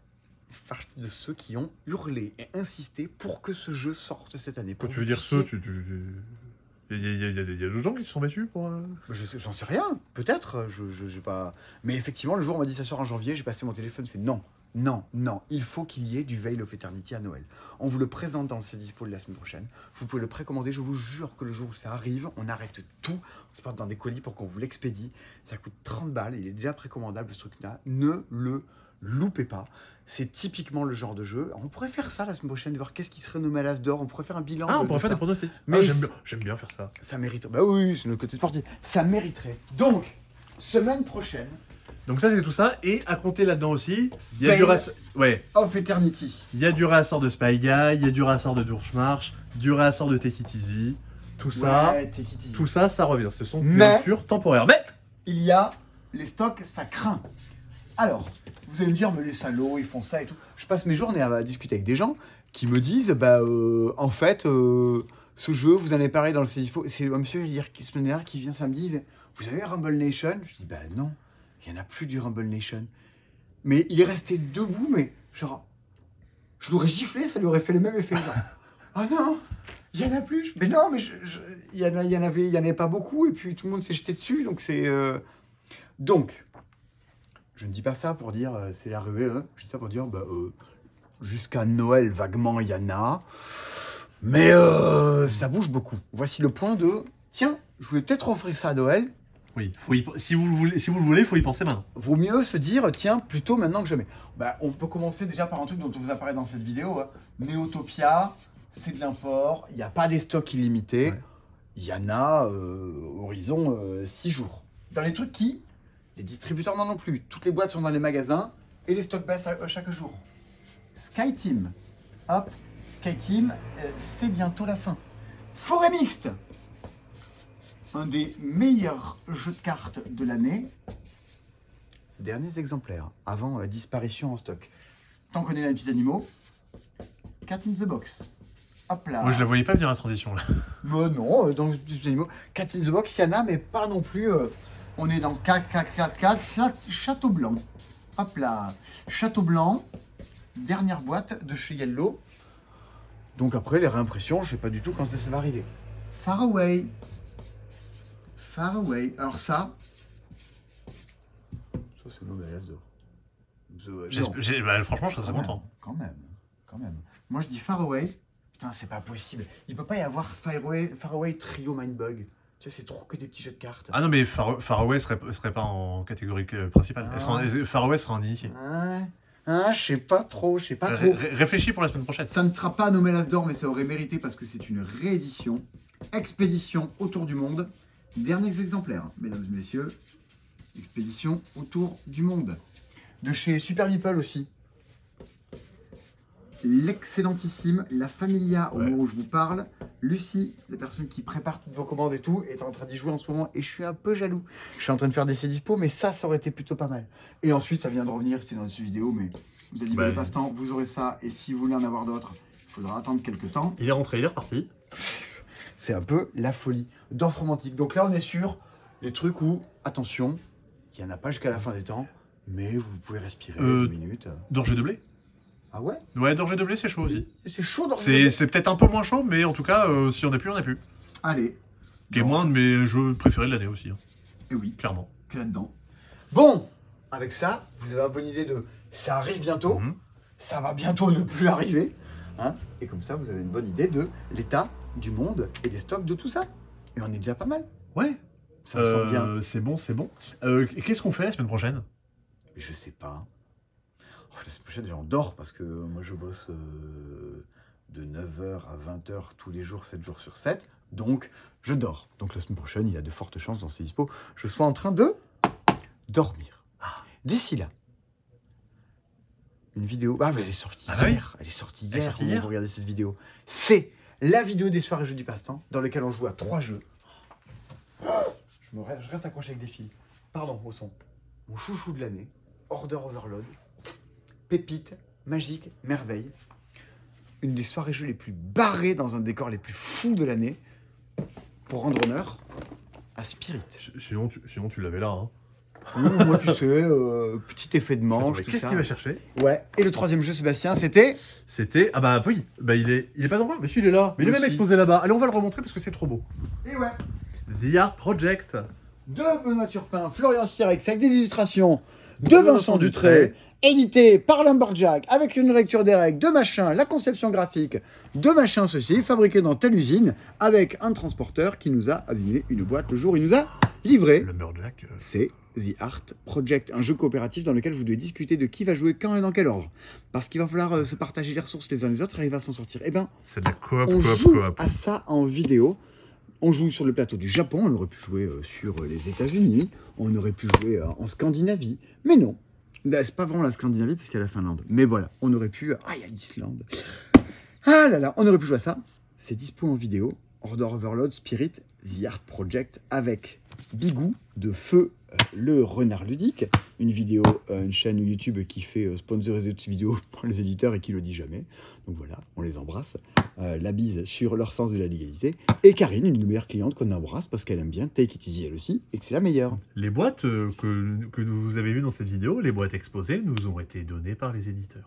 Il fait partie de ceux qui ont hurlé et insisté pour que ce jeu sorte cette année. Quand Pour tu veux que dire vous ce, puissiez- tu... tu... Il y a, il y a- il y a- il y a d'autres gens qui se sont battus pour... euh, Je sais- J'en sais rien, peut-être, je, je, j'ai pas... Mais effectivement, le jour où on m'a dit ça sort en janvier, j'ai passé mon téléphone, je fais non, non, non, il faut qu'il y ait du Veil of Eternity à Noël. On vous le présente dans le C'est Dispo de la semaine prochaine, vous pouvez le précommander, je vous jure que le jour où ça arrive, on arrête tout, on se porte dans des colis pour qu'on vous l'expédie, ça coûte trente balles, il est déjà précommandable ce truc-là, ne le loupez pas. C'est typiquement le genre de jeu. On pourrait faire ça la semaine prochaine, voir qu'est-ce qui serait nommé à l'As d'or, on pourrait faire un bilan Ah, de, on pourrait de faire ça. des pronostics. Mais Ah, j'aime c'est- bien, j'aime bien faire ça. Ça mérite. Bah oui, c'est notre côté sportif. Ça mériterait. Donc, semaine prochaine, Donc ça, c'est tout ça. Et à compter là-dedans aussi, il y a Veil. du ras... Ouais. of Eternity. Il y a du réassort de Spy Guy, il y a du réassort de Durchmarch, du réassort de Take It Easy. Tout ça, Ouais, take it easy. tout ça, ça revient. Ce sont des Mais- lectures temporaires. Mais Il y a les stocks, ça craint. Alors, vous allez me dire, mais les salauds, ils font ça et tout. Je passe mes journées à discuter avec des gens qui me disent, bah, euh, en fait, euh, ce jeu, vous en avez parlé dans le C'est Dispo. C'est le monsieur hier qui se dernière qui vient samedi. Il dit, vous avez Rumble Nation? Je dis, bah non, il n'y en a plus du Rumble Nation. Mais il est resté debout, mais genre, je l'aurais giflé, ça lui aurait fait le même effet. Genre, ah non, il y en a plus. Mais non, mais je- je- il y en a- il y en avait, il y en avait pas beaucoup, et puis tout le monde s'est jeté dessus, donc c'est. euh, Donc, je ne dis pas ça pour dire euh, c'est la ruée, hein. Je dis ça pour dire bah, euh, jusqu'à Noël vaguement il y en a, mais euh, ça bouge beaucoup. Voici le point de tiens, je voulais peut-être offrir ça à Noël. oui, faut y- si, vous le voulez, si vous le voulez, il faut y penser maintenant. Vaut mieux se dire tiens plutôt maintenant que jamais. Bah, on peut commencer déjà par un truc dont on vous apparaît dans cette vidéo. Hein. Neotopia, c'est de l'import, il n'y a pas des stocks illimités. Ouais. Il y en a euh, horizon six jours. Dans les trucs qui, les distributeurs n'en ont plus. Toutes les boîtes sont dans les magasins et les stocks baissent à- chaque jour. SkyTeam. Hop, SkyTeam, euh, c'est bientôt la fin. Forêt Mixte. Un des meilleurs jeux de cartes de l'année. Derniers exemplaires, avant euh, disparition en stock. Tant qu'on est dans les petits animaux, Cat in the Box. Hop là. Moi, je la voyais pas venir la transition là. Mais non, euh, dans les petits animaux. Cat in the Box, il y en a, mais pas non plus. euh, on est dans quatre, quatre, quatre, quatre, Chat- Château Blanc. Hop là. Château Blanc, dernière boîte de chez Yellow. Donc après, les réimpressions, je sais pas du tout quand ça, ça va arriver. Far Away. Far Away. Alors ça. Ça, c'est nommé à l'As d'or. The- non. J'espère- j'ai- bah, franchement, je serais très Quand même, content. Quand même, quand même. Moi, je dis Far Away. Putain, c'est pas possible. Il peut pas y avoir Far Away, Far Away Trio Mindbug. Tu sais, c'est trop que des petits jeux de cartes. Ah non, mais Far, Far Away serait, serait pas en catégorie euh, principale. Ah. Elle serait en- Far Away serait en initié. Hein, hein, je sais pas trop, je sais pas Ré- trop. ré- réfléchis pour la semaine prochaine. Ça ne sera pas nommé l'As d'or, mais ça aurait mérité parce que c'est une réédition. Expédition autour du monde. Derniers exemplaires, mesdames et messieurs. Expédition autour du monde. De chez Super Meeple aussi. L'excellentissime La Familia, au Ouais. moment où je vous parle. Lucie, la personne qui prépare toutes vos commandes et tout, est en train d'y jouer en ce moment et je suis un peu jaloux. Je suis en train de faire des C'est Dispo, mais ça, ça aurait été plutôt pas mal. Et ensuite, ça vient de revenir, c'était dans une vidéo, mais vous allez Bah, libérer passe-temps, vous aurez ça. Et si vous voulez en avoir d'autres, il faudra attendre quelques temps. Il est rentré, il est reparti. C'est un peu la folie d'Orph Romantique. Donc là, on est sur les trucs où, attention, il n'y en a pas jusqu'à la fin des temps, mais vous pouvez respirer Euh, deux minutes. D'orgée de blé. Ah ouais? Ouais, d'orgée de blé, c'est chaud aussi. C'est chaud dans C'est c'est peut-être un peu moins chaud, mais en tout cas, euh, si on n'a plus, on n'a plus. Allez. Qui est Bon. moins de mes jeux préférés de l'année aussi, hein, Et oui, clairement. que là-dedans. Bon, avec ça, vous avez une bonne idée de ça arrive bientôt, Mhm. ça va bientôt ne plus arriver. Hein, et comme ça, vous avez une bonne idée de l'état du monde et des stocks de tout ça. Et on est déjà pas mal. Ouais. Ça me semble bien. Euh, c'est bon, c'est bon. Euh, Qu'est-ce qu'on fait la semaine prochaine? Mais je sais pas. Oh, la semaine prochaine, j'en dors parce que moi, je bosse euh, de neuf heures à vingt heures tous les jours, sept jours sur sept. Donc, je dors. Donc, la semaine prochaine, il y a de fortes chances dans ces dispos, je sois en train de dormir. D'ici là, une vidéo. Ah, mais elle est sortie Ah bah oui. hier. Elle est sortie Elle est hier. sortie Où hier. vous regardez cette vidéo. C'est la vidéo des soirées jeux du passe-temps dans lequel on joue à trois jeux. Je me reste, je reste accroché avec des fils. Pardon, au son. Mon chouchou de l'année, Order Overload, pépite, magique, merveille. Une des soirées jeux les plus barrées dans un décor les plus fous de l'année. Pour rendre honneur à Spirit. Sinon, tu, sinon, tu l'avais là. Hein. Oui, moi, tu sais, euh, petit effet de manche, Attends, tout Qu'est-ce ça. qu'il va chercher? Ouais. Et le troisième jeu, Sébastien, c'était. C'était. Ah bah oui, bah il est, il est pas dans le coin. Mais si, il est là. Mais il est Moi même aussi. exposé là-bas. Allez, on va le remontrer parce que c'est trop beau. Et ouais. The Art Project. De Benoît Turpin, Florian Sirex, avec des illustrations de De Vincent Vincent Dutré, Dutré. édité par Lumberjack, avec une lecture des règles, de machin, la conception graphique, de machin ceci, fabriqué dans telle usine, avec un transporteur qui nous a abîmé une boîte le jour où il nous a livré. Lumberjack. euh, C'est The Art Project, un jeu coopératif dans lequel vous devez discuter de qui va jouer quand et dans quel ordre. Parce qu'il va falloir euh, se partager les ressources les uns les autres et arriver à s'en sortir. Eh ben, C'est de la coop, on coop, joue coop. à ça en vidéo. On joue sur le plateau du Japon, on aurait pu jouer euh, sur euh, les États-Unis, on aurait pu jouer euh, en Scandinavie, mais non. Là, c'est pas vraiment la Scandinavie parce qu'il y a la Finlande. Mais voilà, on aurait pu. Ah, il y a l'Islande. Ah là là, on aurait pu jouer à ça. C'est dispo en vidéo. Order Overload, Spirit, The Art Project avec Bigou de Feu euh, le renard ludique. Une vidéo, euh, une chaîne YouTube qui fait euh, sponsoriser toutes ces vidéos pour les éditeurs et qui le dit jamais. Donc voilà, on les embrasse. Euh, la bise sur leur sens de la légalité. Et Karine, une de nos meilleures clientes qu'on embrasse parce qu'elle aime bien Take It Easy elle aussi et que c'est la meilleure. Les boîtes euh, que, que vous avez vues dans cette vidéo, les boîtes exposées, nous ont été données par les éditeurs.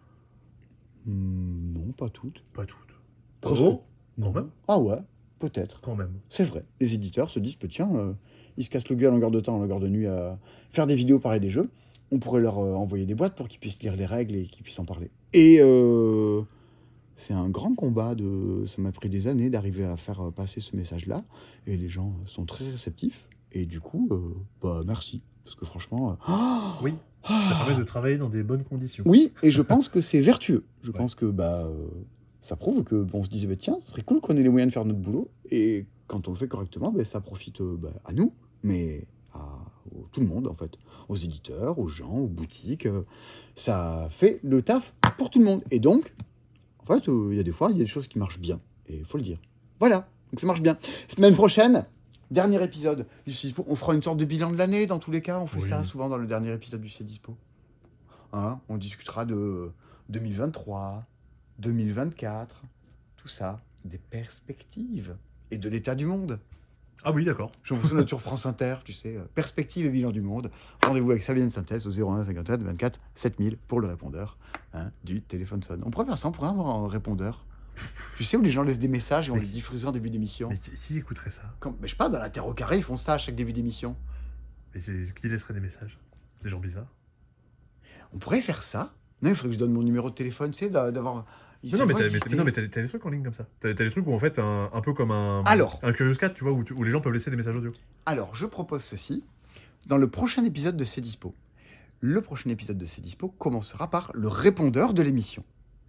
Hmm, non, pas toutes. Pas toutes. Presque. Oh, Non. quand même. Ah ouais, peut-être. Quand même. C'est vrai. Les éditeurs se disent, tiens, euh, ils se cassent le gueule à longueur de temps, à longueur de nuit à faire des vidéos, parler des jeux. On pourrait leur euh, envoyer des boîtes pour qu'ils puissent lire les règles et qu'ils puissent en parler. Et euh, c'est un grand combat. De... Ça m'a pris des années d'arriver à faire euh, passer ce message-là. Et les gens sont très réceptifs. Et du coup, euh, bah merci. Parce que franchement... euh, oh Oui. Ça permet de travailler dans des bonnes conditions. Oui, et je pense que c'est vertueux. Je Ouais. pense que bah, euh, ça prouve que bon, on se disait, bah, tiens, ce serait cool qu'on ait les moyens de faire notre boulot. Et quand on le fait correctement, bah, ça profite euh, bah, à nous, mais à au- tout le monde, en fait. Aux éditeurs, aux gens, aux boutiques. euh, ça fait le taf pour tout le monde. Et donc, en fait, euh, il y a des fois, il y a des choses qui marchent bien. Et il faut le dire. Voilà, donc ça marche bien. Semaine prochaine, dernier épisode du C Dispo. On fera une sorte de bilan de l'année, dans tous les cas. On fait Oui. ça souvent dans le dernier épisode du C Dispo. Hein, on discutera de deux mille vingt-trois, deux mille vingt-quatre, tout ça, des perspectives et de l'état du monde. Ah oui, d'accord. Je vous souviens sur France Inter, tu sais, euh, perspective et bilan du monde. Rendez-vous avec Fabienne Synthèse au zéro un cinquante-sept vingt-quatre sept mille pour le répondeur hein, du téléphone sonne. On pourrait faire ça, on pourrait avoir un répondeur. Tu sais, où les gens laissent des messages et on Mais les qui- diffuserait en début d'émission. Mais qui, qui écouterait ça? Quand- mais je sais pas, dans la Terre au carré, ils font ça à chaque début d'émission. Mais c'est qui laisserait des messages? Des gens bizarres? On pourrait faire ça. Non, il faudrait que je donne mon numéro de téléphone, tu sais, d'a- d'avoir... Mais non, mais t'as, mais t'as- mais non, mais t'as- t'as des trucs en ligne comme ça. T'as, t'as des trucs où en fait, un, un peu comme un, Alors. un Curious Cat, tu vois, où, tu- où les gens peuvent laisser des messages audio. Alors, je propose ceci. Dans le prochain épisode de C'est Dispo, le prochain épisode de C'est Dispo commencera par le répondeur de l'émission.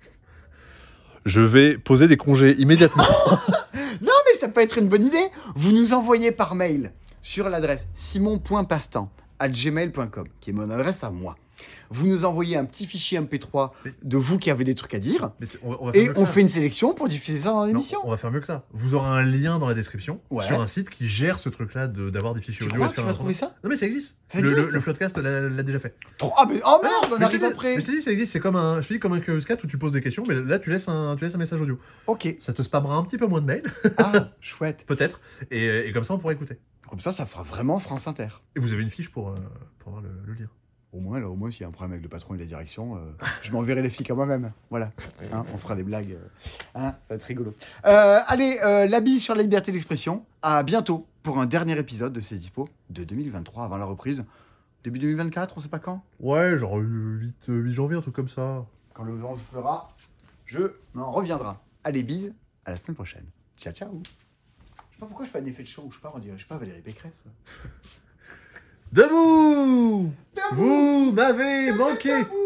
Je vais poser des congés immédiatement. Non, mais ça peut être une bonne idée. Vous nous envoyez par mail sur l'adresse simon point pastetemps arobase gmail point com, qui est mon adresse à moi. Vous nous envoyez un petit fichier M P trois de vous qui avez des trucs à dire, Mais c'est- on, va- on va faire et mieux que on ça. fait une sélection pour diffuser ça dans Non, l'émission. on va faire mieux que ça. Vous aurez un lien dans la description Ouais. sur un site qui gère ce truc-là de- d'avoir des fichiers Tu audio. crois et de que tu faire vas un trouver programme. ça Non mais ça existe. Ça le, le, existe le Floodcast l'a, l'a déjà fait. Trop- Ah, mais oh merde, on Mais je arrive t'ai dit- après. Mais je t'ai dit, ça existe. C'est comme un, je te dis, comme un Curious Cat où tu poses des questions, mais là tu laisses un, tu laisses un message audio. Ok. Ça te spammera un petit peu moins de mails, Ah, chouette. peut-être, et, et comme ça on pourra écouter. Comme ça, ça fera vraiment France Inter. Et vous avez une fiche pour, euh, pour avoir le, le lien. Au moins, là, au moins, s'il y a un problème avec le patron et la direction, euh, je m'enverrai les flics à moi-même. Voilà. Hein, on fera des blagues. euh, hein, ça va être rigolo. Euh, allez, euh, la bise sur la liberté d'expression. À bientôt pour un dernier épisode de C'est Dispo de deux mille vingt-trois avant la reprise Début deux mille vingt-quatre, on sait pas quand. Ouais, genre euh, huit, euh, huit janvier, un truc comme ça. Quand le vent soufflera, je m'en reviendra. Allez, bise, à la semaine prochaine. Ciao, ciao. Je sais pas pourquoi je fais un effet de show où je pars, on dirait, je sais pas, Valérie Pécresse. Debout, Debout vous m'avez manqué. Debout